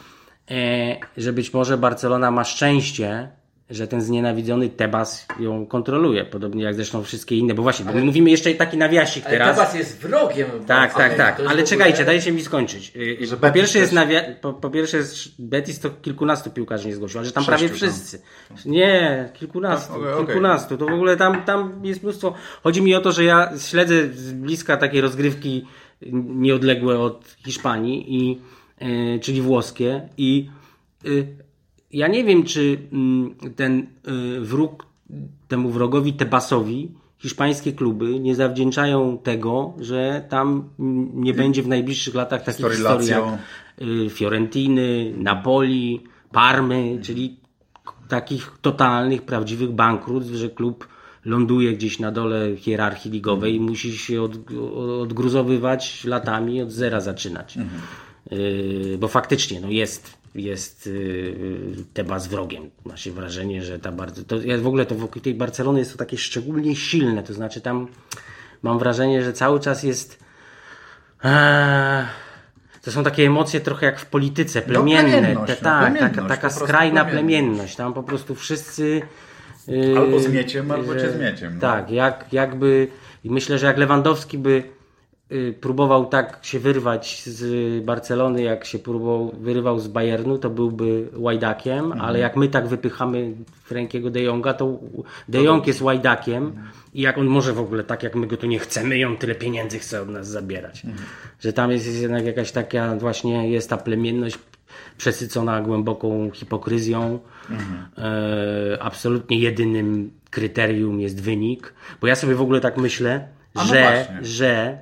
że być może Barcelona ma szczęście, że ten znienawidzony Tebas ją kontroluje, podobnie jak zresztą wszystkie inne, bo właśnie, bo my mówimy jeszcze taki nawiasik teraz. Tebas jest wrogiem. Tak, ale czekajcie, dajcie mi skończyć. Po pierwsze jest Betis to kilkunastu piłkarzy nie zgłosił, ale że tam prawie wszyscy. Nie, kilkunastu. To w ogóle tam jest mnóstwo. Chodzi mi o to, że ja śledzę z bliska takie rozgrywki nieodległe od Hiszpanii, czyli włoskie i ja nie wiem, czy temu wrogowi Tebasowi hiszpańskie kluby nie zawdzięczają tego, że tam nie będzie w najbliższych latach takich historii jak Fiorentiny, Napoli, Parmy, czyli takich totalnych, prawdziwych bankructw, że klub ląduje gdzieś na dole hierarchii ligowej i musi się odgruzowywać latami, od zera zaczynać. Bo faktycznie jest Tebas wrogiem. Ma się wrażenie, że w ogóle to wokół tej Barcelony jest to takie szczególnie silne. To znaczy tam mam wrażenie, że cały czas jest to są takie emocje trochę jak w polityce, plemienne. Taka skrajna plemienność. Tam po prostu wszyscy albo z mieciem, albo cię z mieciem. No. Tak, jakby i myślę, że jak Lewandowski by próbował tak się wyrwać z Barcelony, jak się wyrywał z Bayernu, to byłby łajdakiem, ale jak my tak wypychamy Frankiego de Jonga, to de Jong jest łajdakiem i jak on może w ogóle tak, jak my go tu nie chcemy i on tyle pieniędzy chce od nas zabierać. Że tam jest jednak jakaś taka właśnie, jest ta plemienność przesycona głęboką hipokryzją. Absolutnie jedynym kryterium jest wynik, bo ja sobie w ogóle tak myślę, że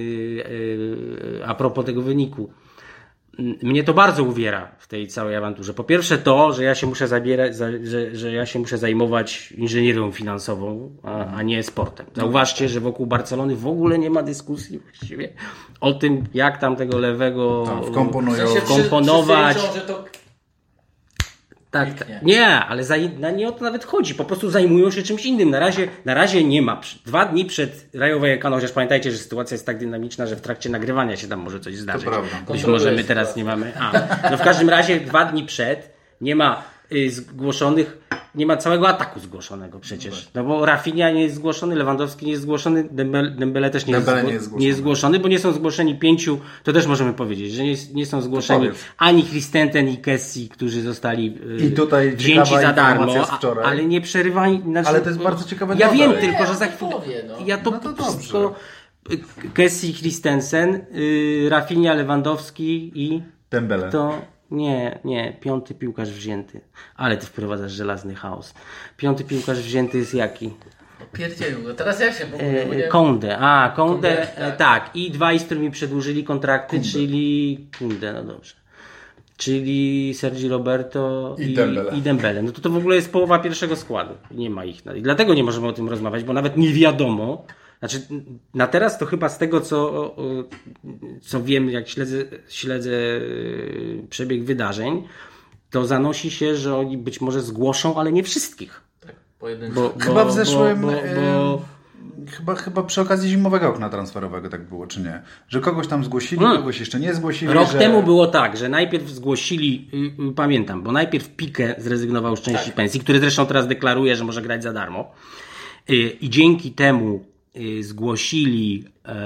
a propos tego wyniku, mnie to bardzo uwiera w tej całej awanturze. Po pierwsze to, że ja się muszę że ja się muszę zajmować inżynierią finansową, a nie sportem. Zauważcie, że wokół Barcelony w ogóle nie ma dyskusji właściwie o tym, jak tam tego lewego wkomponować. Tak, nie, ale nie o to nawet chodzi. Po prostu zajmują się czymś innym. Na razie nie ma. 2 dni przed Rayo Vallecano, chociaż pamiętajcie, że sytuacja jest tak dynamiczna, że w trakcie nagrywania się tam może coś zdarzyć. To prawda. Być może my teraz nie mamy. No w każdym razie 2 dni przed nie ma zgłoszonych, nie ma całego ataku zgłoszonego przecież. No bo Rafinha nie jest zgłoszony, Lewandowski nie jest zgłoszony, Dembele też nie jest zgłoszony, bo nie są zgłoszeni 5, to też możemy powiedzieć, że nie są zgłoszeni ani Christensen i Kessie, którzy zostali wzięci za darmo, ale nie przerywani. Znaczy, ale to jest bardzo ciekawe. Ja wiem tylko, że za chwilę ja to wszystko Kessie, Christensen, Rafinha, Lewandowski i Dembele. To nie, 5. piłkarz wzięty. Ale ty wprowadzasz żelazny chaos. 5. piłkarz wzięty jest jaki? Pierdzielu, teraz ja się Koundé. Koundé, tak. I 2, z którymi przedłużyli kontrakty, czyli Koundé, no dobrze. Czyli Sergi Roberto i Dembele. No to w ogóle jest połowa pierwszego składu. Nie ma ich. I dlatego nie możemy o tym rozmawiać, bo nawet nie wiadomo. Znaczy, na teraz to chyba z tego, co wiem, jak śledzę przebieg wydarzeń, to zanosi się, że oni być może zgłoszą, ale nie wszystkich. Tak, pojedynczo. Chyba w zeszłym... Chyba przy okazji zimowego okna transferowego tak było, czy nie? Że kogoś tam zgłosili, kogoś jeszcze nie zgłosili. Rok temu było tak, że najpierw zgłosili, pamiętam, bo najpierw Piqué zrezygnował z części pensji, który zresztą teraz deklaruje, że może grać za darmo. I dzięki temu zgłosili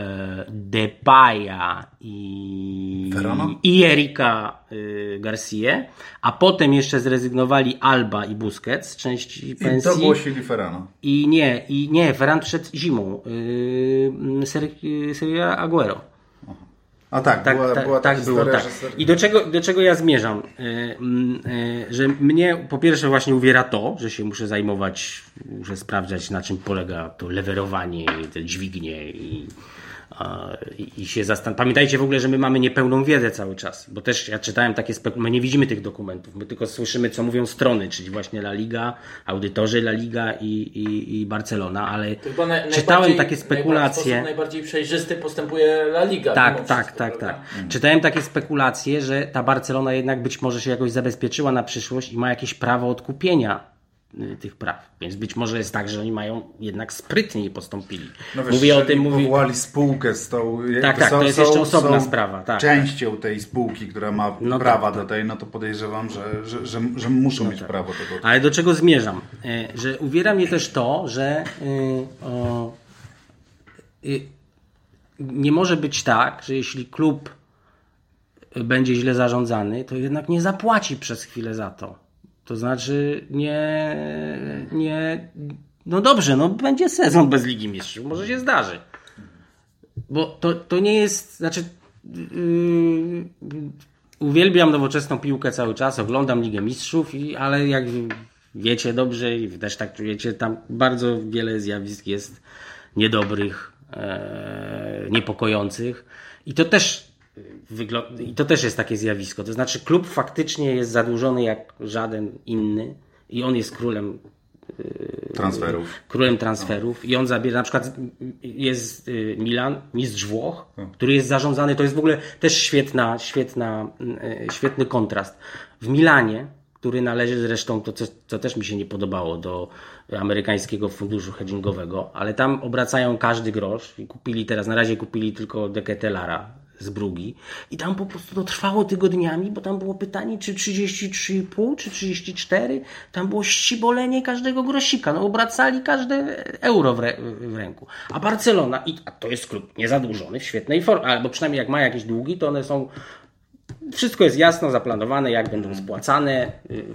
Depaya i Erika Garcia, a potem jeszcze zrezygnowali Alba i Busquets z części pensji. I to głosili Ferrano. I nie, Ferran przed zimą. Sergio Aguero. A tak, była tak było, tak. I do czego ja zmierzam? Że mnie po pierwsze właśnie uwiera to, że się muszę zajmować, muszę sprawdzać, na czym polega to lewerowanie, te dźwignie i się zastanawiam. Pamiętajcie w ogóle, że my mamy niepełną wiedzę cały czas, bo też ja czytałem takie my nie widzimy tych dokumentów, my tylko słyszymy, co mówią strony, czyli właśnie La Liga, audytorzy La Liga i Barcelona, ale czytałem takie spekulacje. W sposób najbardziej przejrzysty postępuje La Liga. Tak. Czytałem takie spekulacje, że ta Barcelona jednak być może się jakoś zabezpieczyła na przyszłość i ma jakieś prawo odkupienia tych praw. Więc być może jest tak, że oni mają jednak sprytniej postąpili. No wiesz, mówię o tym, powołali spółkę z tą... to jest jeszcze osobna sprawa. Tak, częścią tej spółki, która ma prawa do tej, no to podejrzewam, że muszą mieć prawo tego. Ale do czego zmierzam? Że uwiera mnie też to, że nie może być tak, że jeśli klub będzie źle zarządzany, to jednak nie zapłaci przez chwilę za to. To znaczy no dobrze, no będzie sezon bez Ligi Mistrzów, może się zdarzy. Bo to nie jest, znaczy uwielbiam nowoczesną piłkę cały czas, oglądam Ligę Mistrzów, ale jak wiecie dobrze i też tak czujecie, tam bardzo wiele zjawisk jest niedobrych, niepokojących i to też jest takie zjawisko. To znaczy klub faktycznie jest zadłużony jak żaden inny i on jest królem transferów i on zabiera, na przykład jest Milan, mistrz Włoch, który jest zarządzany, to jest w ogóle też świetny kontrast. W Milanie, który należy zresztą, to co też mi się nie podobało, do amerykańskiego funduszu hedgingowego, ale tam obracają każdy grosz i na razie kupili tylko De Ketelara z Brugi i tam po prostu to trwało tygodniami, bo tam było pytanie, czy 33,5, czy 34, tam było ścibolenie każdego grosika, no obracali każde euro w ręku. A Barcelona, a to jest klub niezadłużony, w świetnej formie, albo przynajmniej jak ma jakieś długi, to one są, wszystko jest jasno zaplanowane, jak będą spłacane,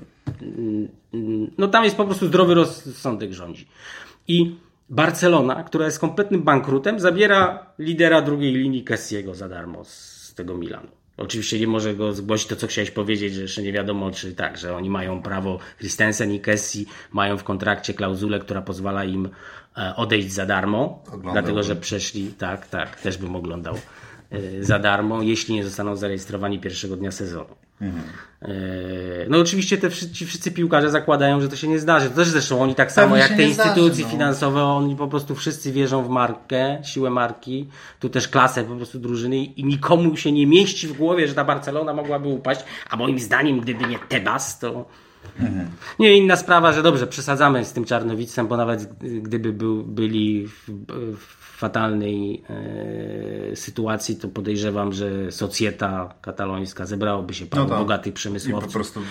no tam jest po prostu zdrowy rozsądek rządzi. I Barcelona, która jest kompletnym bankrutem, zabiera lidera drugiej linii Kessiego za darmo z tego Milanu. Oczywiście nie może go zgłosić to, co chciałeś powiedzieć, że jeszcze nie wiadomo, czy tak, że oni mają prawo, Christensen i Kessie mają w kontrakcie klauzulę, która pozwala im odejść za darmo, dlatego że przeszli, tak, też bym oglądał za darmo, jeśli nie zostaną zarejestrowani pierwszego dnia sezonu. No oczywiście ci wszyscy piłkarze zakładają, że to się nie zdarzy. To też zresztą oni tak samo jak te instytucje finansowe, oni po prostu wszyscy wierzą w markę, siłę marki, tu też klasę po prostu drużyny i nikomu się nie mieści w głowie, że ta Barcelona mogłaby upaść, a moim zdaniem gdyby nie Tebas, to Nie, inna sprawa, że dobrze, przesadzamy z tym Czarnowicem, bo nawet gdyby byli w fatalnej sytuacji, to podejrzewam, że socjeta katalońska zebrałoby się paru bogatych przemysłowców. I po prostu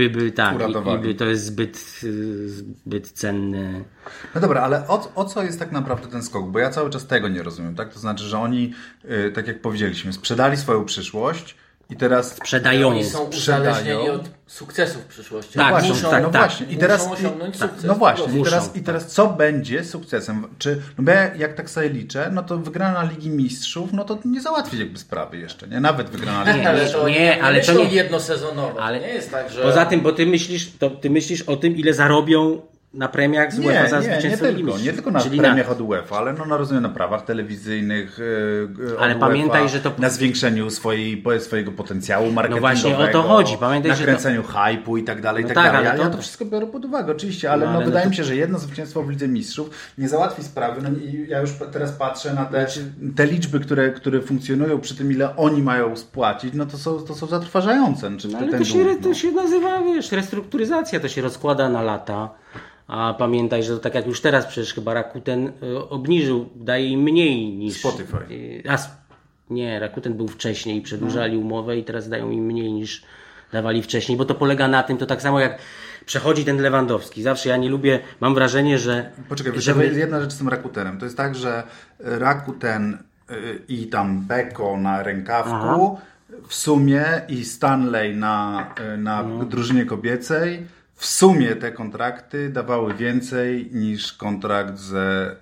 by to jest zbyt cenne. No dobra, ale o co jest tak naprawdę ten skok? Bo ja cały czas tego nie rozumiem, tak? To znaczy, że oni, tak jak powiedzieliśmy, sprzedali swoją przyszłość i teraz Oni są uzależnieni od sukcesów w przyszłości. Tak, właśnie. I teraz muszą osiągnąć sukces. No właśnie. I teraz co będzie sukcesem? Bo ja jak tak sobie liczę, no to wygrana Ligi Mistrzów, no to nie załatwi jakby sprawy jeszcze, nie? Nawet wygrana Ligi Mistrzów. Ale to nie jednosezonowo. Ale nie jest tak, że... Poza tym, bo ty myślisz o tym, ile zarobią na premiach z UEFA za zwycięstwo Ligi Mistrzów. Nie tylko na premiach od UEFA, ale rozumiem, na prawach telewizyjnych ale od pamiętaj, UEFA, że to... na zwiększeniu swojego potencjału marketingowego, No właśnie o to chodzi. Pamiętaj, na kręceniu hype'u i tak dalej, Ale ja to wszystko biorę pod uwagę, oczywiście, ale wydaje mi się, że jedno zwycięstwo w Lidze Mistrzów nie załatwi sprawy. No i ja już teraz patrzę na te liczby, które funkcjonują przy tym, ile oni mają spłacić, no to są zatrważające. Ale to się nazywa, restrukturyzacja, to się rozkłada na lata. A pamiętaj, że tak jak już teraz przecież chyba Rakuten obniżył, daje im mniej niż... Spotify. Nie, Rakuten był wcześniej i przedłużali umowę i teraz dają im mniej niż dawali wcześniej, bo to polega na tym, to tak samo jak przechodzi ten Lewandowski. Zawsze ja nie lubię, mam wrażenie, że... Poczekaj, jedna rzecz z tym Rakutenem. To jest tak, że Rakuten i tam Beko na rękawku w sumie i Stanley na drużynie kobiecej w sumie te kontrakty dawały więcej niż kontrakt ze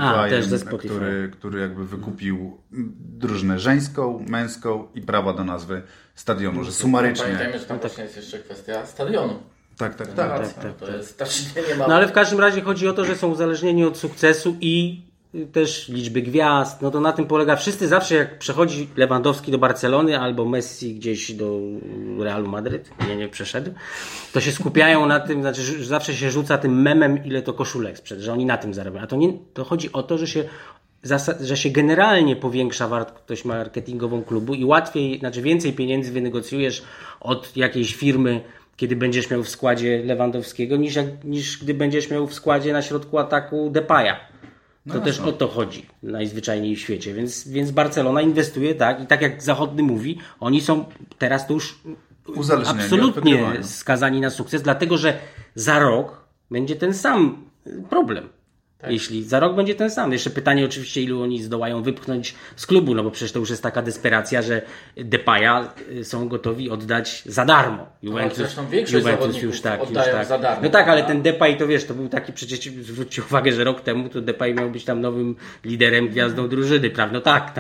Spotify, który jakby wykupił drużynę żeńską, męską i prawa do nazwy stadionu, że sumarycznie... Pamiętajmy, że tam właśnie jest jeszcze kwestia stadionu. Tak. To jest nie ma... No ale w każdym razie chodzi o to, że są uzależnieni od sukcesu i też liczby gwiazd, no to na tym polega. Wszyscy zawsze jak przechodzi Lewandowski do Barcelony albo Messi gdzieś do Realu Madryt, nie przeszedł, to się skupiają na tym, znaczy że zawsze się rzuca tym memem, ile to koszulek sprzed, że oni na tym zarabiają. A to chodzi o to, że się generalnie powiększa wartość marketingową klubu i łatwiej, znaczy więcej pieniędzy wynegocjujesz od jakiejś firmy, kiedy będziesz miał w składzie Lewandowskiego, niż gdy będziesz miał w składzie na środku ataku Depaya. To też o to chodzi najzwyczajniej w świecie, więc Barcelona inwestuje tak i tak jak Zachodny mówi, oni są teraz to już absolutnie skazani na sukces, dlatego że za rok będzie ten sam problem. Tak. Jeśli za rok będzie ten sam. Jeszcze pytanie oczywiście, ilu oni zdołają wypchnąć z klubu, no bo przecież to już jest taka desperacja, że Depaya są gotowi oddać za darmo. Juventus już tak. Za darmo. No tak, ale ten Depay to wiesz, to był taki przecież, zwróćcie uwagę, że rok temu to Depay miał być tam nowym liderem, gwiazdą drużyny, prawda? No tak,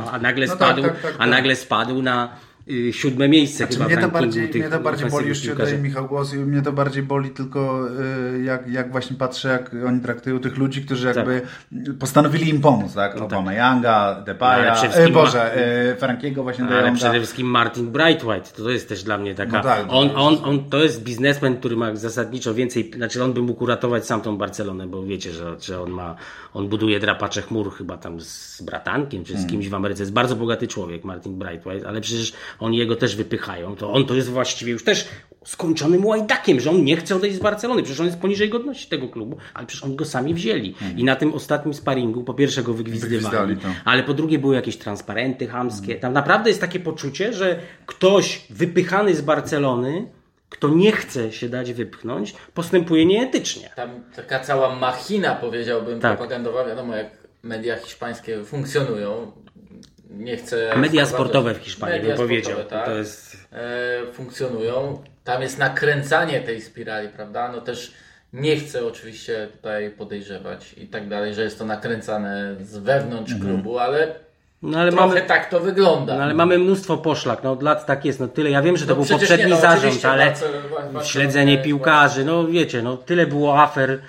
a nagle spadł na 7 miejsce chyba mnie to bardziej boli, już ci oddaję Michał głos, mnie to bardziej boli tylko jak właśnie patrzę, jak oni traktują tych ludzi, którzy jakby postanowili im pomóc, tak? Aubameyanga, Depaya, Frankiego właśnie do Ale przede wszystkim Martin Braithwaite, to jest też dla mnie taka... On to jest biznesmen, który ma zasadniczo więcej, znaczy on by mógł uratować sam tą Barcelonę, bo wiecie, że on buduje drapacze chmur chyba tam z bratankiem, czy z kimś w Ameryce. Jest bardzo bogaty człowiek, Martin Braithwaite, ale przecież oni jego też wypychają, to on to jest właściwie już też skończonym łajdakiem, że on nie chce odejść z Barcelony, przecież on jest poniżej godności tego klubu, ale przecież oni go sami wzięli. I na tym ostatnim sparingu po pierwsze go wygwizdywali, ale po drugie były jakieś transparenty chamskie. Tam naprawdę jest takie poczucie, że ktoś wypychany z Barcelony, kto nie chce się dać wypchnąć, postępuje nieetycznie. Tam taka cała machina, powiedziałbym, propagandowa, wiadomo jak media hiszpańskie funkcjonują. Nie chcę... Media sportowe w Hiszpanii, bym powiedział. Tak, to jest... funkcjonują. Tam jest nakręcanie tej spirali, prawda? No też nie chcę oczywiście tutaj podejrzewać i tak dalej, że jest to nakręcane z wewnątrz klubu, ale trochę tak to wygląda. No ale mamy mnóstwo poszlak, od lat tak jest, tyle. Ja wiem, że to był poprzedni zarząd, ale śledzenie piłkarzy, wiecie, tyle było afer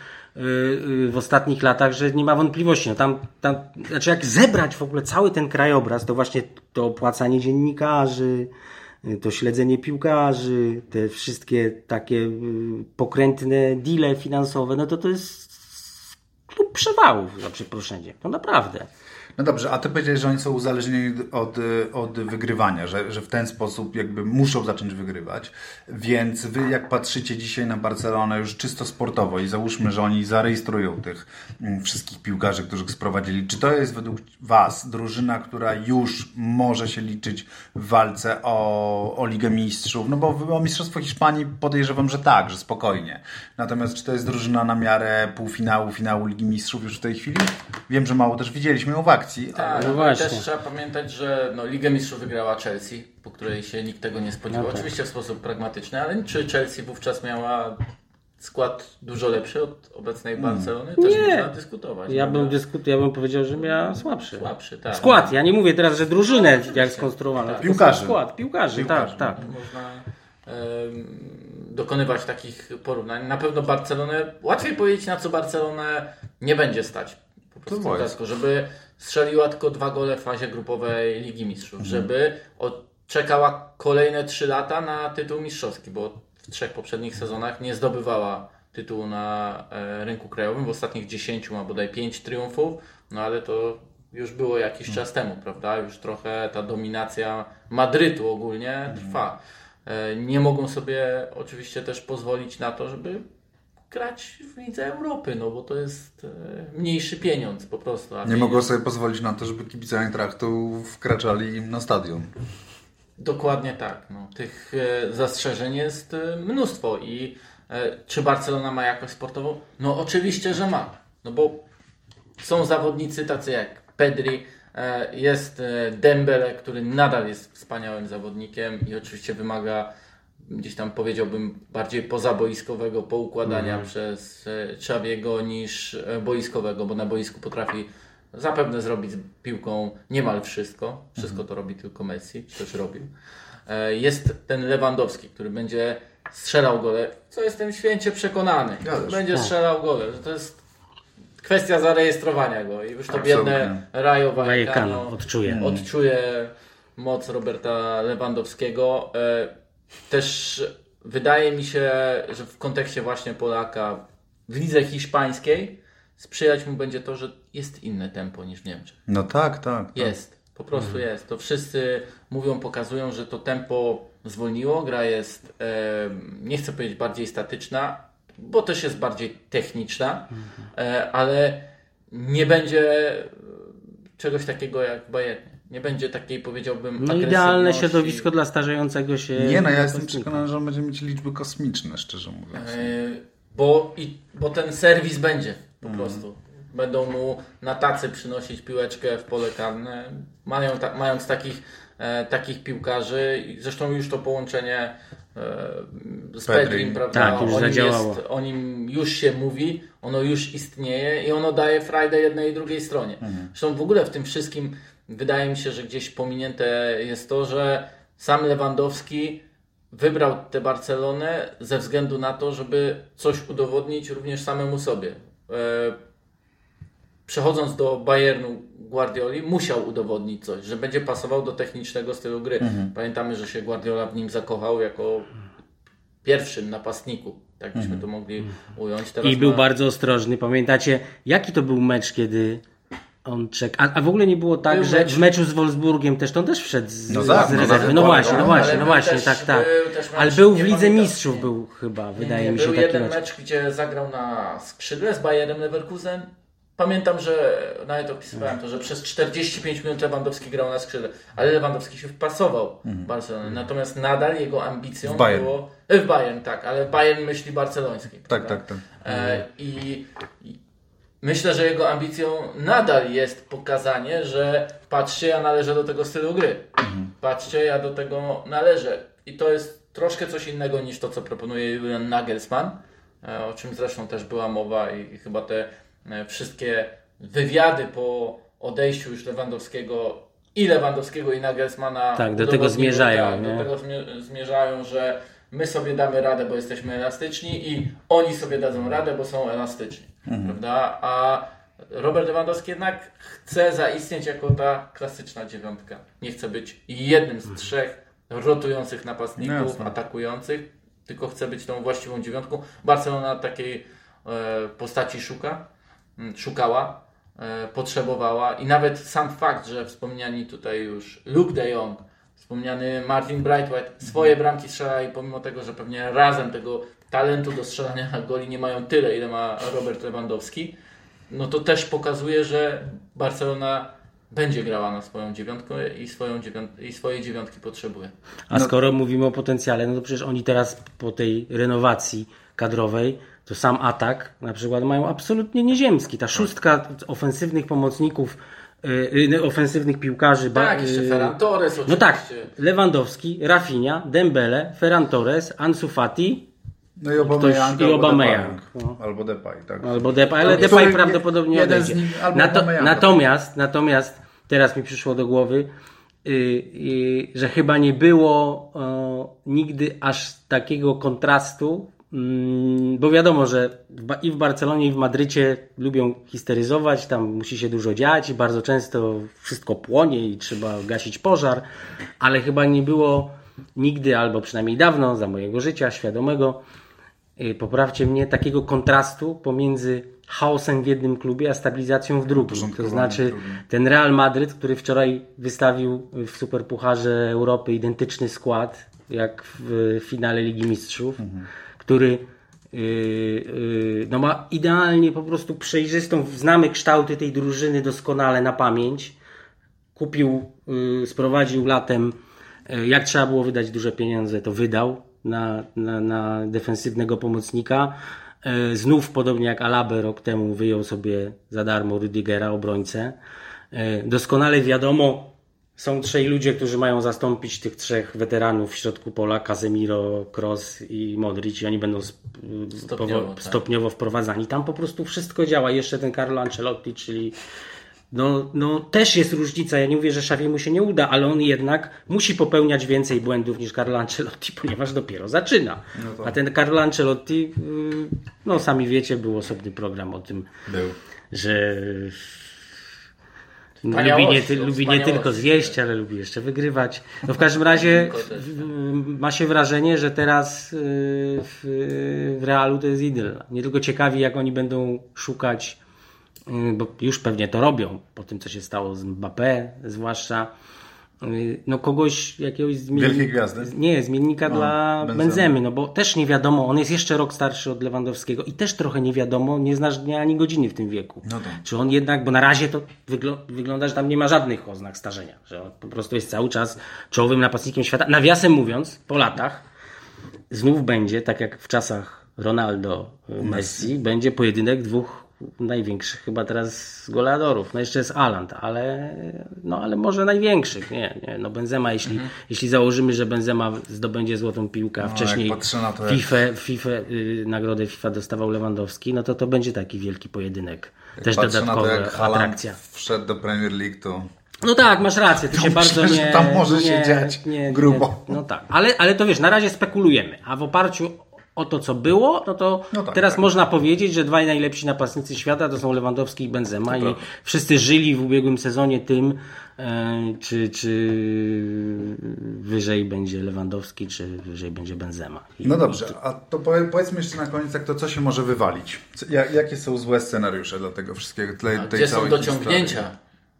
w ostatnich latach, że nie ma wątpliwości. Znaczy jak zebrać w ogóle cały ten krajobraz, to właśnie to opłacanie dziennikarzy, to śledzenie piłkarzy, te wszystkie takie pokrętne deale finansowe, to jest klub przewałów, za przeproszeniem. No naprawdę. No dobrze, a ty powiedziałeś, że oni są uzależnieni od wygrywania, że w ten sposób jakby muszą zacząć wygrywać, więc wy jak patrzycie dzisiaj na Barcelonę już czysto sportowo i załóżmy, że oni zarejestrują tych wszystkich piłkarzy, których sprowadzili, czy to jest według was drużyna, która już może się liczyć w walce o Ligę Mistrzów? No bo o Mistrzostwo Hiszpanii podejrzewam, że tak, że spokojnie. Natomiast czy to jest drużyna na miarę półfinału, finału Ligi Mistrzów już w tej chwili? Wiem, że mało też widzieliśmy ją w akcji. Tak, no właśnie. Też trzeba pamiętać, że Ligę Mistrzów wygrała Chelsea, po której się nikt tego nie spodziewał. No tak. Oczywiście w sposób pragmatyczny, ale czy Chelsea wówczas miała skład dużo lepszy od obecnej Barcelony? Też można dyskutować. Ja bym powiedział, że miała słabszy. Tak. Skład, ja nie mówię teraz, że drużynę jak skonstruowana. Tak. Piłkarzy. Skład, piłkarzy. Tak. Można dokonywać takich porównań. Na pewno Barcelonę, łatwiej powiedzieć, na co Barcelonę nie będzie stać. Po prostu żeby strzeliła tylko 2 gole w fazie grupowej Ligi Mistrzów, żeby czekała kolejne 3 lata na tytuł mistrzowski, bo w 3 poprzednich sezonach nie zdobywała tytułu na rynku krajowym. W ostatnich 10 ma bodaj 5 triumfów, no ale to już było jakiś czas temu, prawda? Już trochę ta dominacja Madrytu ogólnie trwa. Nie mogą sobie oczywiście też pozwolić na to, żeby grać w Lidze Europy, no bo to jest mniejszy pieniądz po prostu. Nie mogą sobie pozwolić na to, żeby kibice Eintrachtu wkraczali im na stadion. Dokładnie tak. No. Tych zastrzeżeń jest mnóstwo i czy Barcelona ma jakość sportową? No oczywiście, że ma. No bo są zawodnicy tacy jak Pedri, jest Dembele, który nadal jest wspaniałym zawodnikiem i oczywiście wymaga gdzieś tam powiedziałbym bardziej pozaboiskowego poukładania przez Xaviego niż boiskowego, bo na boisku potrafi zapewne zrobić z piłką niemal wszystko. Wszystko to robi tylko Messi, czy też robił. Jest ten Lewandowski, który będzie strzelał gole, co jestem święcie przekonany. Będzie strzelał gole, że to jest kwestia zarejestrowania go i już to biedne Rayo Vallecano odczuje moc Roberta Lewandowskiego. Też wydaje mi się, że w kontekście właśnie Polaka w lidze hiszpańskiej sprzyjać mu będzie to, że jest inne tempo niż w Niemczech. No tak. Jest, po prostu jest. To wszyscy mówią, pokazują, że to tempo zwolniło, gra jest, nie chcę powiedzieć bardziej statyczna, bo też jest bardziej techniczna, ale nie będzie czegoś takiego jak w Bayernie. Nie będzie takiej, powiedziałbym, idealne środowisko dla starzejącego się... Nie, ja jestem przekonany, że on będzie mieć liczby kosmiczne, szczerze mówiąc. Bo ten serwis będzie po prostu. Będą mu na tacy przynosić piłeczkę w pole karne. Mając takich piłkarzy, zresztą już to połączenie z Pedrim, prawda? Tak, już zadziałało. O nim już się mówi, ono już istnieje i ono daje frajdę jednej i drugiej stronie. Zresztą w ogóle w tym wszystkim wydaje mi się, że gdzieś pominięte jest to, że sam Lewandowski wybrał tę Barcelonę ze względu na to, żeby coś udowodnić również samemu sobie. Przechodząc do Bayernu Guardioli, musiał udowodnić coś, że będzie pasował do technicznego stylu gry. Pamiętamy, że się Guardiola w nim zakochał jako pierwszym napastniku. Tak byśmy to mogli ująć. Teraz był bardzo ostrożny. Pamiętacie, jaki to był mecz, kiedy on czekał? A w ogóle nie było tak, że w meczu z Wolfsburgiem też to on też wszedł z rezerwy. No właśnie, tak. Ale był w Lidze Mistrzów, był chyba, wydaje mi się, był taki jeden mecz, gdzie zagrał na skrzydle z Bayernem Leverkusen. Pamiętam, że nawet opisywałem to, że przez 45 minut Lewandowski grał na skrzydle, ale Lewandowski się wpasował w Barcelonę. Natomiast nadal jego ambicją było... W Bayern, tak, ale Bayern myśli barcelońskiej. Tak. I myślę, że jego ambicją nadal jest pokazanie, że patrzcie, ja należę do tego stylu gry. Patrzcie, ja do tego należę. I to jest troszkę coś innego niż to, co proponuje Julian Nagelsmann, o czym zresztą też była mowa i chyba te wszystkie wywiady po odejściu już Lewandowskiego i Nagelsmana do tego zmierzają. Do tego zmierzają, że my sobie damy radę, bo jesteśmy elastyczni i oni sobie dadzą radę, bo są elastyczni. Prawda? A Robert Lewandowski jednak chce zaistnieć jako ta klasyczna dziewiątka. Nie chce być jednym z 3 rotujących napastników, atakujących, tylko chce być tą właściwą dziewiątką. Barcelona takiej postaci szuka. szukała, potrzebowała i nawet sam fakt, że wspomniani tutaj już Luke de Jong, wspomniany Martin Braithwaite swoje bramki strzelali, pomimo tego, że pewnie razem tego talentu do strzelania goli nie mają tyle, ile ma Robert Lewandowski, no to też pokazuje, że Barcelona będzie grała na swoją dziewiątkę i swojej dziewiątki potrzebuje. A skoro mówimy o potencjale, no to przecież oni teraz po tej renowacji kadrowej, to sam atak na przykład mają absolutnie nieziemski. Ta szóstka ofensywnych pomocników, ofensywnych piłkarzy. Tak, jeszcze Ferran Torres oczywiście. No tak, Lewandowski, Rafinha, Dembele, Ferran Torres, Ansu Fati. No i Aubameyang. Albo Depay, tak. Albo Depay, ale Depay prawdopodobnie odejdzie. Natomiast teraz mi przyszło do głowy, że chyba nie było nigdy aż takiego kontrastu, bo wiadomo, że i w Barcelonie, i w Madrycie lubią histeryzować, tam musi się dużo dziać i bardzo często wszystko płonie i trzeba gasić pożar, ale chyba nie było nigdy, albo przynajmniej dawno, za mojego życia świadomego, poprawcie mnie, takiego kontrastu pomiędzy chaosem w jednym klubie, a stabilizacją w drugim. To znaczy ten Real Madryt, który wczoraj wystawił w Superpucharze Europy identyczny skład jak w finale Ligi Mistrzów, który no ma idealnie po prostu przejrzystą, znamy kształty tej drużyny doskonale na pamięć. Sprowadził latem, jak trzeba było wydać duże pieniądze, to wydał na defensywnego pomocnika. Znów, podobnie jak Alaba rok temu, wyjął sobie za darmo Rüdigera, obrońcę. Doskonale wiadomo, są trzej ludzie, którzy mają zastąpić tych trzech weteranów w środku pola, Casemiro, Kroos i Modric, i oni będą stopniowo wprowadzani. Tam po prostu wszystko działa. Jeszcze ten Carlo Ancelotti, czyli no też jest różnica. Ja nie mówię, że Xaviemu się nie uda, ale on jednak musi popełniać więcej błędów niż Carlo Ancelotti, ponieważ dopiero zaczyna. No a ten Carlo Ancelotti, no sami wiecie, był osobny program o tym, że lubi nie tylko zjeść, ale lubi jeszcze wygrywać. No w każdym razie ma się wrażenie, że teraz w Realu to jest idyl. Nie tylko ciekawi, jak oni będą szukać, bo już pewnie to robią, po tym co się stało z Mbappé zwłaszcza, no kogoś, jakiegoś wielkiej gwiazdy? Nie, zmiennika dla Benzemy, no bo też nie wiadomo, on jest jeszcze rok starszy od Lewandowskiego i też trochę nie wiadomo, nie znasz dnia ani godziny w tym wieku. No tak. Czy on jednak, bo na razie to wygląda, że tam nie ma żadnych oznak starzenia, że on po prostu jest cały czas czołowym napastnikiem świata. Nawiasem mówiąc, po latach znów będzie, tak jak w czasach Ronaldo, Messi, będzie pojedynek dwóch największych chyba teraz goleadorów. No jeszcze jest Haaland, ale może największych. Nie. No Benzema, jeśli założymy, że Benzema zdobędzie złotą piłkę, a wcześniej FIFA, nagrodę FIFA dostawał Lewandowski, no to będzie taki wielki pojedynek. Jak też dodatkowa atrakcja. Wszedł do Premier League, to... No tak, masz rację. Tu się bardzo nie... Tam może się dziać grubo. No tak, ale to wiesz, na razie spekulujemy, a w oparciu o to, co było, teraz można powiedzieć, że dwaj najlepsi napastnicy świata to są Lewandowski i Benzema i wszyscy żyli w ubiegłym sezonie tym, czy wyżej będzie Lewandowski, czy wyżej będzie Benzema. No dobrze, a to powiedzmy jeszcze na koniec, jak to co się może wywalić? Jakie są złe scenariusze dla tego wszystkiego? Gdzie są dociągnięcia?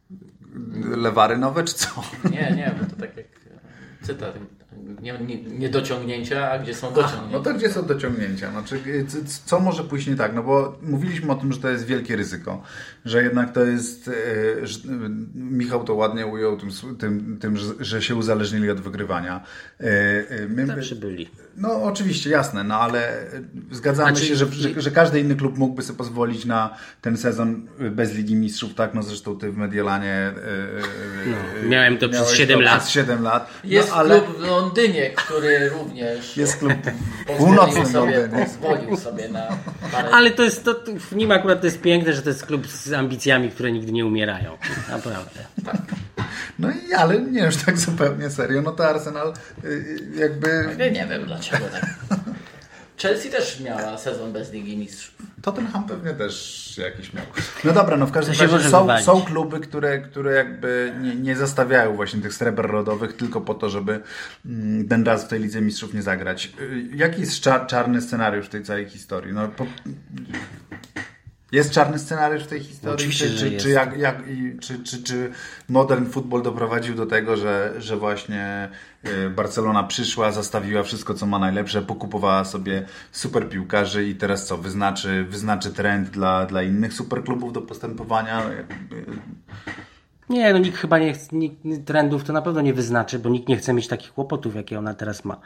Lewary nowe, czy co? Nie, bo to tak jak cytat. Nie dociągnięcia, a gdzie są dociągnięcia. No to gdzie są dociągnięcia? Znaczy, co może pójść nie tak? No bo mówiliśmy o tym, że to jest wielkie ryzyko, że jednak to jest, Michał to ładnie ujął tym że się uzależnili od wygrywania. Zawsze byli. No oczywiście, jasne, no ale zgadzamy się, że każdy inny klub mógłby sobie pozwolić na ten sezon bez Ligi Mistrzów, tak? No zresztą ty w Mediolanie miałem to przez 7 lat. Przez 7 lat. Jest klub w Londynie, który również jest klub północny w Londynie. Pozwolił sobie na parę... Ale w nim akurat to jest piękne, że to jest klub z ambicjami, które nigdy nie umierają. Naprawdę. Tak. No i ale nie już tak zupełnie serio, no to Arsenal jakby... Nie wiem dlaczego tak. Chelsea też miała sezon bez Ligi Mistrzów. Tottenham pewnie też jakiś miał. No dobra, no w każdym razie są kluby, które jakby nie zastawiają właśnie tych sreber rodowych tylko po to, żeby ten raz w tej Lidze Mistrzów nie zagrać. Jaki jest czarny scenariusz w tej całej historii? No, Jest czarny scenariusz w tej historii? Oczywiście, że jest. Czy modern football doprowadził do tego, że właśnie Barcelona przyszła, zastawiła wszystko, co ma najlepsze, pokupowała sobie super piłkarzy i teraz co? Wyznaczy trend dla innych superklubów do postępowania? Nie, no nikt chyba nie chce, trendów to na pewno nie wyznaczy, bo nikt nie chce mieć takich kłopotów, jakie ona teraz ma.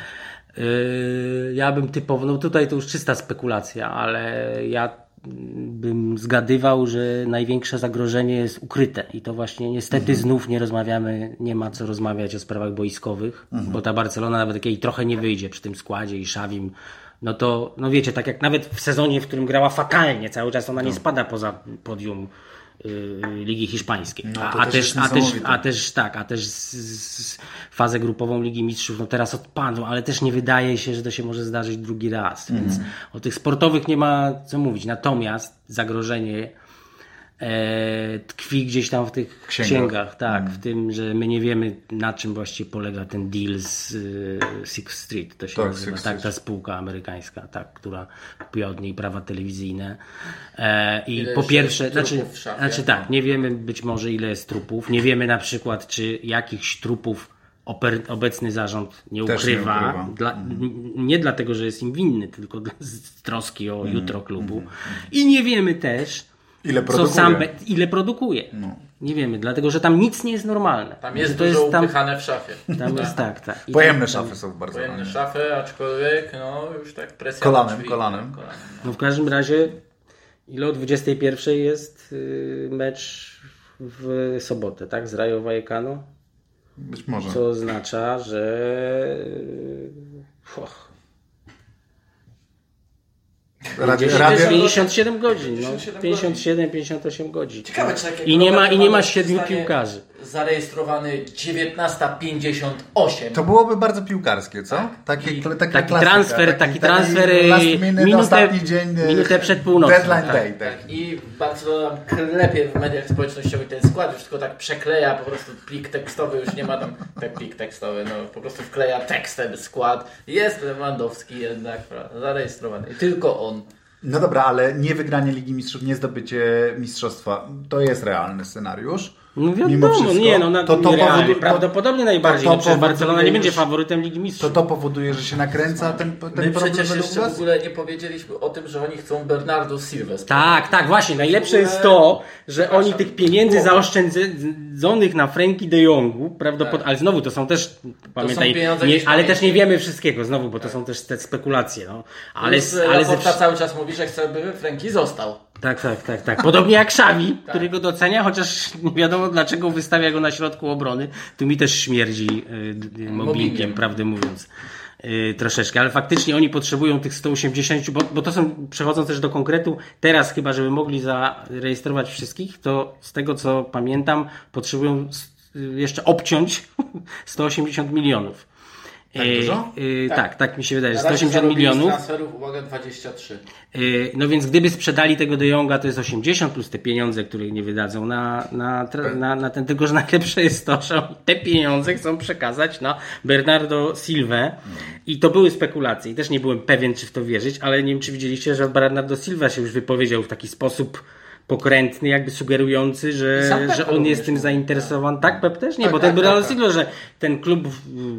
Ja bym typowo, no tutaj to już czysta spekulacja, ale ja bym zgadywał, że największe zagrożenie jest ukryte i to właśnie niestety znów nie ma co rozmawiać o sprawach boiskowych, bo ta Barcelona nawet jak jej trochę nie wyjdzie przy tym składzie i Xavim, no to, no wiecie, tak jak nawet w sezonie, w którym grała fatalnie, cały czas ona nie spada poza podium Ligi Hiszpańskiej, a też fazę grupową Ligi Mistrzów no teraz odpadł, ale też nie wydaje się, że to się może zdarzyć drugi raz, więc o tych sportowych nie ma co mówić, natomiast zagrożenie tkwi gdzieś tam w tych księgach, tak, w tym, że my nie wiemy, na czym właściwie polega ten deal z Sixth Street, to się nazywa, tak, ta spółka amerykańska, tak, która kupiła od niej prawa telewizyjne. I po pierwsze, tak, nie wiemy być może ile jest trupów, nie wiemy na przykład, czy jakichś trupów obecny zarząd nie ukrywa. Nie dlatego, że jest im winny, tylko z troski o jutro klubu. I nie wiemy też, ile produkuje. No. Nie wiemy, dlatego że tam nic nie jest normalne. Tam jest dużo upychane w szafie. Tam jest tak. Pojemne szafy są bardzo pojemne szafy, aczkolwiek no już tak presja kolanem. No w każdym razie o 21 jest mecz w sobotę, tak? Z Rayo Vallecano. Być może. Co oznacza, że Radio 57 godzin, 57-58 godzin. Ciekawe, czy I nie ma 7 piłkarzy. Zarejestrowany 19:58. To byłoby bardzo piłkarskie, co? Taki transfer, minutę przed północą. Deadline day. Tak. I bardzo klepie w mediach społecznościowych ten skład, już tylko tak przekleja po prostu plik tekstowy, już nie ma tam plik tekstowy, no po prostu wkleja tekstem skład. Jest Lewandowski jednak zarejestrowany. I tylko on. No dobra, ale nie wygranie Ligi Mistrzów, nie zdobycie mistrzostwa, to jest realny scenariusz. No wiadomo, prawdopodobnie najbardziej. Przecież Barcelona nie będzie faworytem Ligi Mistrzów. To powoduje, że się nakręca ten problem. Przecież jeszcze w ogóle nie powiedzieliśmy o tym, że oni chcą Bernardo Silva. Tak, właśnie. Najlepsze jest to, że oni tych pieniędzy zaoszczędzonych na Frenkie de Jongu, prawdopodobnie, ale znowu to są też, pamiętaj, ale też nie wiemy wszystkiego znowu, bo to są też te spekulacje. No. Ale cały czas mówi, że chce, by Frenkie został. Tak. Podobnie jak Xavi, który go docenia, chociaż nie wiadomo dlaczego wystawia go na środku obrony. Tu mi też śmierdzi mobbingiem, prawdę mówiąc. Troszeczkę, ale faktycznie oni potrzebują tych 180, bo to są, przechodząc też do konkretu, teraz chyba, żeby mogli zarejestrować wszystkich, to z tego co pamiętam, potrzebują jeszcze obciąć 180 milionów. Tak dużo? Tak mi się wydaje, że 180 milionów. Transferów, uwaga, 23. No więc gdyby sprzedali tego De Jonga, to jest 80 plus te pieniądze, które nie wydadzą na ten, tylko że najlepsze jest to, że te pieniądze chcą przekazać na Bernardo Silva i to były spekulacje i też nie byłem pewien, czy w to wierzyć, ale nie wiem, czy widzieliście, że Bernardo Silva się już wypowiedział w taki sposób pokrętny, jakby sugerujący, że on jest tym zainteresowany. Tak, Pep też? Nie, bo ten Bernardo Silva, że ten klub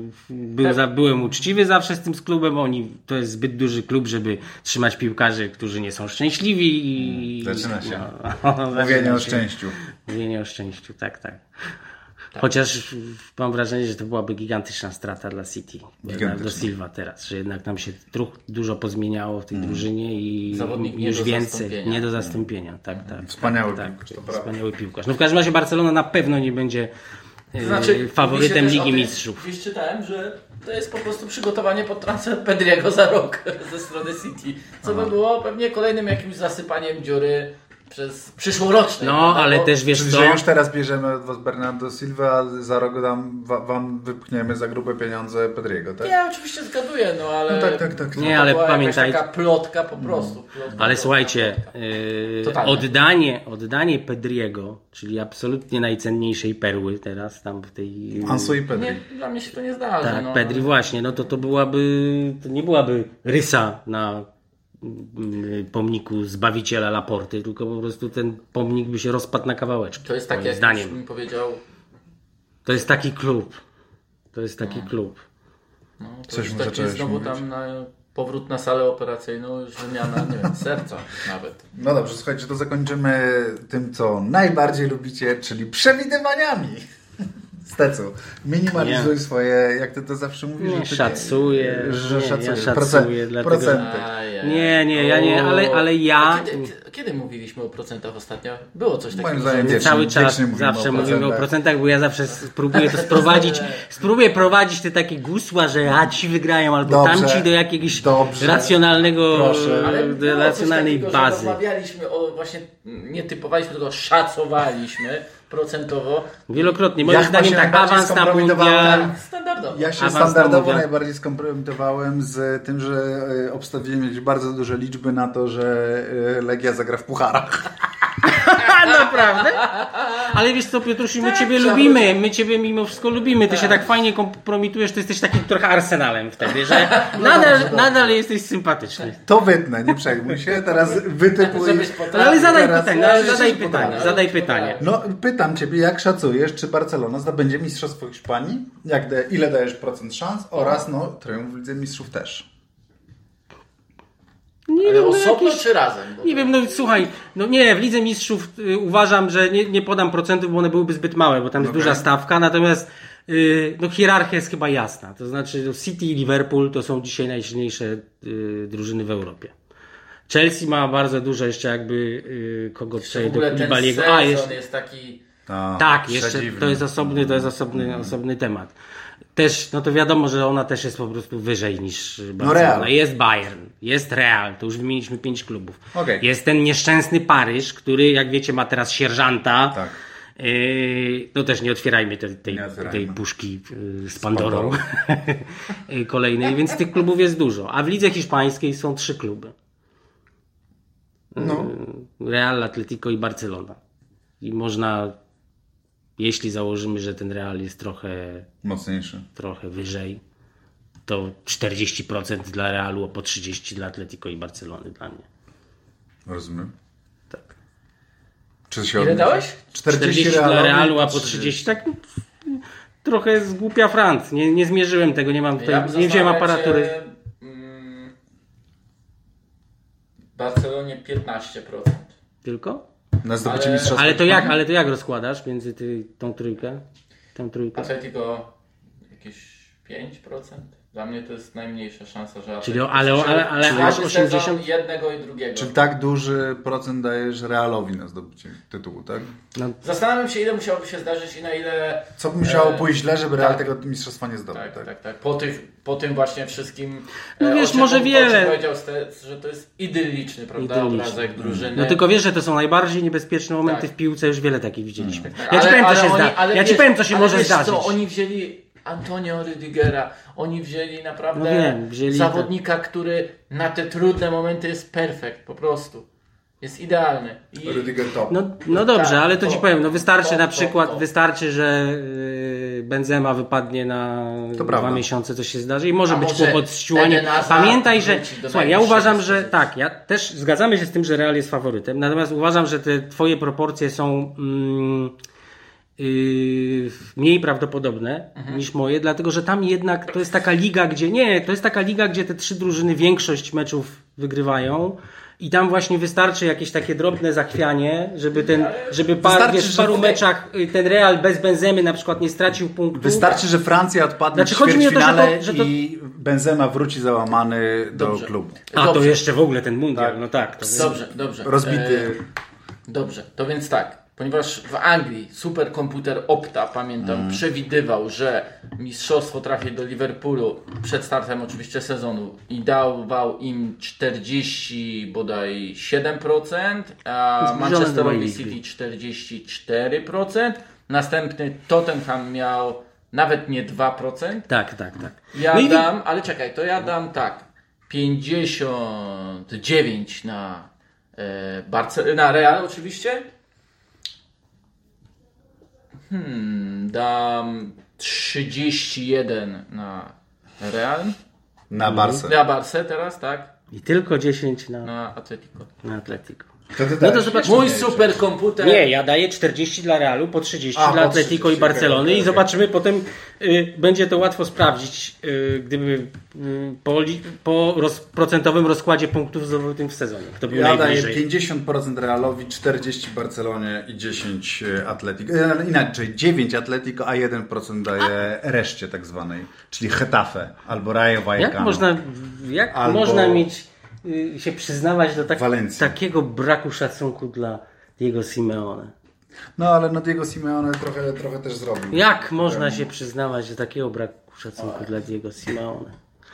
byłem uczciwy zawsze z tym klubem, to jest zbyt duży klub, żeby trzymać piłkarzy, którzy nie są szczęśliwi. Zaczyna się. Mówienie o szczęściu. Mówienie o szczęściu, tak. Chociaż mam wrażenie, że to byłaby gigantyczna strata dla City. Do Silva teraz, że jednak nam się dużo pozmieniało w tej drużynie i już więcej. Nie do zastąpienia. Tak. Wspaniały piłkarz. No w każdym razie Barcelona na pewno nie będzie faworytem Ligi Mistrzów. Gdzieś czytałem, że to jest po prostu przygotowanie pod transfer Pedriego za rok ze strony City. Co by było pewnie kolejnym jakimś zasypaniem dziury przez przyszłoroczny. No, ale też wiesz co? Że już teraz bierzemy od was Bernardo Silva, a za rok wam wypchniemy za grube pieniądze Pedriego, tak? Ja oczywiście zgaduję, no ale... No tak. Nie, ale pamiętaj... taka plotka po prostu. Ale słuchajcie, oddanie Pedriego, czyli absolutnie najcenniejszej perły teraz tam w tej... Ansu i Pedri. Dla mnie się to nie zdarzy. Tak, Pedri właśnie, no to nie byłaby rysa na pomniku Zbawiciela Laporty, tylko po prostu ten pomnik by się rozpadł na kawałeczki. To jest tak, jak zdaniem. bym powiedział... To jest taki klub. To jest taki klub. No, to Coś jest mu taki zacząłeś znowu mówić? tam na powrót na salę operacyjną, już wymiana, nie wiem, serca nawet. No dobrze, słuchajcie, to zakończymy tym, co najbardziej lubicie, czyli przewidywaniami. Stecu, minimalizuj swoje, jak ty to zawsze mówisz, Nie, że szacuję. że Nie, szacujesz. ja szacuję, dlatego- Procenty. Nie, ja nie, ale ja... A kiedy mówiliśmy o procentach ostatnio? Było coś takiego. Moim zdaniem że- Cały czas wiecznie mówimy zawsze o mówimy o procentach. procentach, bo ja zawsze spróbuję to spróbuję prowadzić te takie gusła, że ci wygrają, albo Dobrze, tamci do jakiegoś dobrze. racjonalnego, Proszę. Ale do było coś racjonalnej takiego, że bazy. rozmawialiśmy o, właśnie nie typowaliśmy, tylko szacowaliśmy procentowo. Wielokrotnie. Moim Ja chyba zdaniem się tak, najbardziej awans na skompromitowałem. mundial. Standardowo. Ja się Awans standardowo na mundial. najbardziej skompromitowałem z tym, że obstawiłem jakieś bardzo duże liczby na to, że Legia zagra w pucharach. Naprawdę? Ale wiesz co, Piotrusiu, my Ciebie lubimy. My Ciebie mimo wszystko lubimy. Ty się tak fajnie kompromitujesz, to jesteś takim trochę Arsenalem wtedy, że nadal jesteś sympatyczny. To wytnę, nie przejmuj się. Teraz wytypuj. Żebyś potrafił. No, ale zadaj Teraz- pytanie, zadaj pytanie. No, pytam Ciebie, jak szacujesz, czy Barcelona zdobędzie Mistrzostwo Hiszpanii? Ile dajesz procent szans? Oraz, no, triumf w Lidze Mistrzów też. Nie Ale wiem, no osobno jakieś... czy razem? Bo Nie wiem, no słuchaj, no nie, w Lidze Mistrzów uważam, że nie podam procentów, bo one byłyby zbyt małe, bo tam jest Okej. duża stawka, natomiast no hierarchia jest chyba jasna. To znaczy no, City i Liverpool to są dzisiaj najsilniejsze drużyny w Europie. Chelsea ma bardzo dużo jeszcze jakby kogo w tutaj do ogóle ten Koulibaly'ego. sezon jest taki... Tak, jeszcze to jest osobny temat. Też, no to wiadomo, że ona też jest po prostu wyżej niż Barcelona. Real. Jest Bayern, jest Real, to już wymieniliśmy 5 klubów. Okej. Jest ten nieszczęsny Paryż, który, jak wiecie, ma teraz sierżanta. Tak. No też nie otwierajmy tej puszki z Pandorą kolejnej, więc tych klubów jest dużo. A w lidze hiszpańskiej są 3 kluby. No. Real, Atletico i Barcelona. I można, jeśli założymy, że ten Real jest trochę wyżej, to 40% dla Realu, a po 30% dla Atletico i Barcelony dla mnie. Rozumiem. Tak. Czy się Ile dałeś? 40 dla Realu, a po 30. Tak trochę zgłupia Franc. Nie zmierzyłem tego, nie mam tutaj, nie wziąłem aparatury. Barcelonie 15%. Tylko? Na zdobycie Ale- Mistrzostwa Ale to jak rozkładasz między tą trójkę? Atletico jakieś 5%. Dla mnie to jest najmniejsza szansa, że Czyli Atletico ale Czyli aż 80. sezon jednego i drugiego. Czyli tak duży procent dajesz Realowi na zdobycie tytułu, tak? No, Zastanawiam się, ile musiałoby się zdarzyć i na ile... Co by musiało pójść źle, żeby Real tak. tego mistrzostwa nie zdobył, tak? Tak. Po tym właśnie wszystkim... No wiesz, o czym może on wiele. powiedział, że to jest idylliczny, prawda, Idylliczny. obrazek drużyny. no tylko wiesz, że to są najbardziej niebezpieczne momenty Tak. w piłce, już wiele takich widzieliśmy. Tak, Ja ci powiem, co się wiesz, powiem, co się ale może wiesz zdarzyć. Co, oni wzięli Antonio Rüdigera, oni wzięli naprawdę No wiem, wzięli zawodnika, który na te trudne momenty jest perfekt, po prostu. Jest idealny. I Rüdiger top. No dobrze, Tak, ale to to- ci powiem, no wystarczy to- na przykład, to. wystarczy, że Benzema wypadnie na To 2 prawda. miesiące, coś się zdarzy i może A być może kłopot z siłaniem. Eden Hazard Pamiętaj, że wróci do słuchaj, ja najwyższej uważam, że dyspozycji. tak, ja też zgadzamy się z tym, że Real jest faworytem, natomiast uważam, że te twoje proporcje są mniej prawdopodobne niż moje, dlatego że tam jednak to jest taka liga, gdzie te 3 drużyny większość meczów wygrywają i tam właśnie wystarczy jakieś takie drobne zachwianie, żeby Wystarczy, w że paru w- meczach ten Real bez Benzemy na przykład nie stracił punktu. Wystarczy, że Francja odpadnie Znaczy, w chodzi mi o to, ćwierćfinale że to- i Benzema wróci załamany do Dobrze. klubu. A to Dobrze. jeszcze w ogóle ten mundial, Tak. no tak. To Dobrze. Rozbity. Dobrze, to więc tak, ponieważ w Anglii superkomputer Opta, pamiętam, przewidywał, że mistrzostwo trafi do Liverpoolu przed startem oczywiście sezonu i dawał im 40 bodaj 7%, a Zbliżone do Manchesterowi mojej City liczby. 44%, następny Tottenham miał nawet nie 2%. Tak. Ja No i dam, ale czekaj, to ja dam tak, 59 na na Real oczywiście. Dam 31 na Real. Na Barsę. Na Barsę teraz, tak. I tylko 10 na Atletico. No to zobacz. Mój superkomputer. Nie, ja daję 40 dla Realu, po 30 dla Atletico i Barcelony i zobaczymy potem, będzie to łatwo sprawdzić, gdyby po procentowym rozkładzie punktów zdobytym w sezonie. Kto był ja daję najbliżej. 50% Realowi, 40 Barcelonie i 10 Atletico. Inaczej 9 Atletico, a 1% daje reszcie tak zwanej, czyli Getafe albo Rayo Vallecano. Jak Albo można mieć się przyznawać do takiego braku szacunku dla Diego Simeone? No ale no Diego Simeone trochę też zrobił. Jak można się przyznawać do takiego braku szacunku dla Diego Simeone?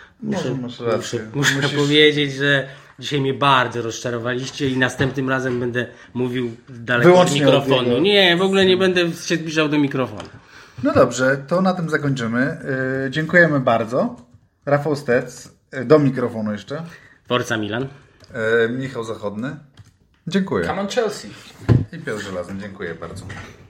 Muszę powiedzieć, że dzisiaj mnie bardzo rozczarowaliście i następnym razem będę mówił daleko od mikrofonu. Nie, w ogóle nie będę się zbliżał do mikrofonu. No dobrze, to na tym zakończymy. Dziękujemy bardzo. Rafał Stec, do mikrofonu jeszcze. Forza Milan. Michał Zachodny. Dziękuję. Come on Chelsea. I Piotr Żelazny. Dziękuję bardzo.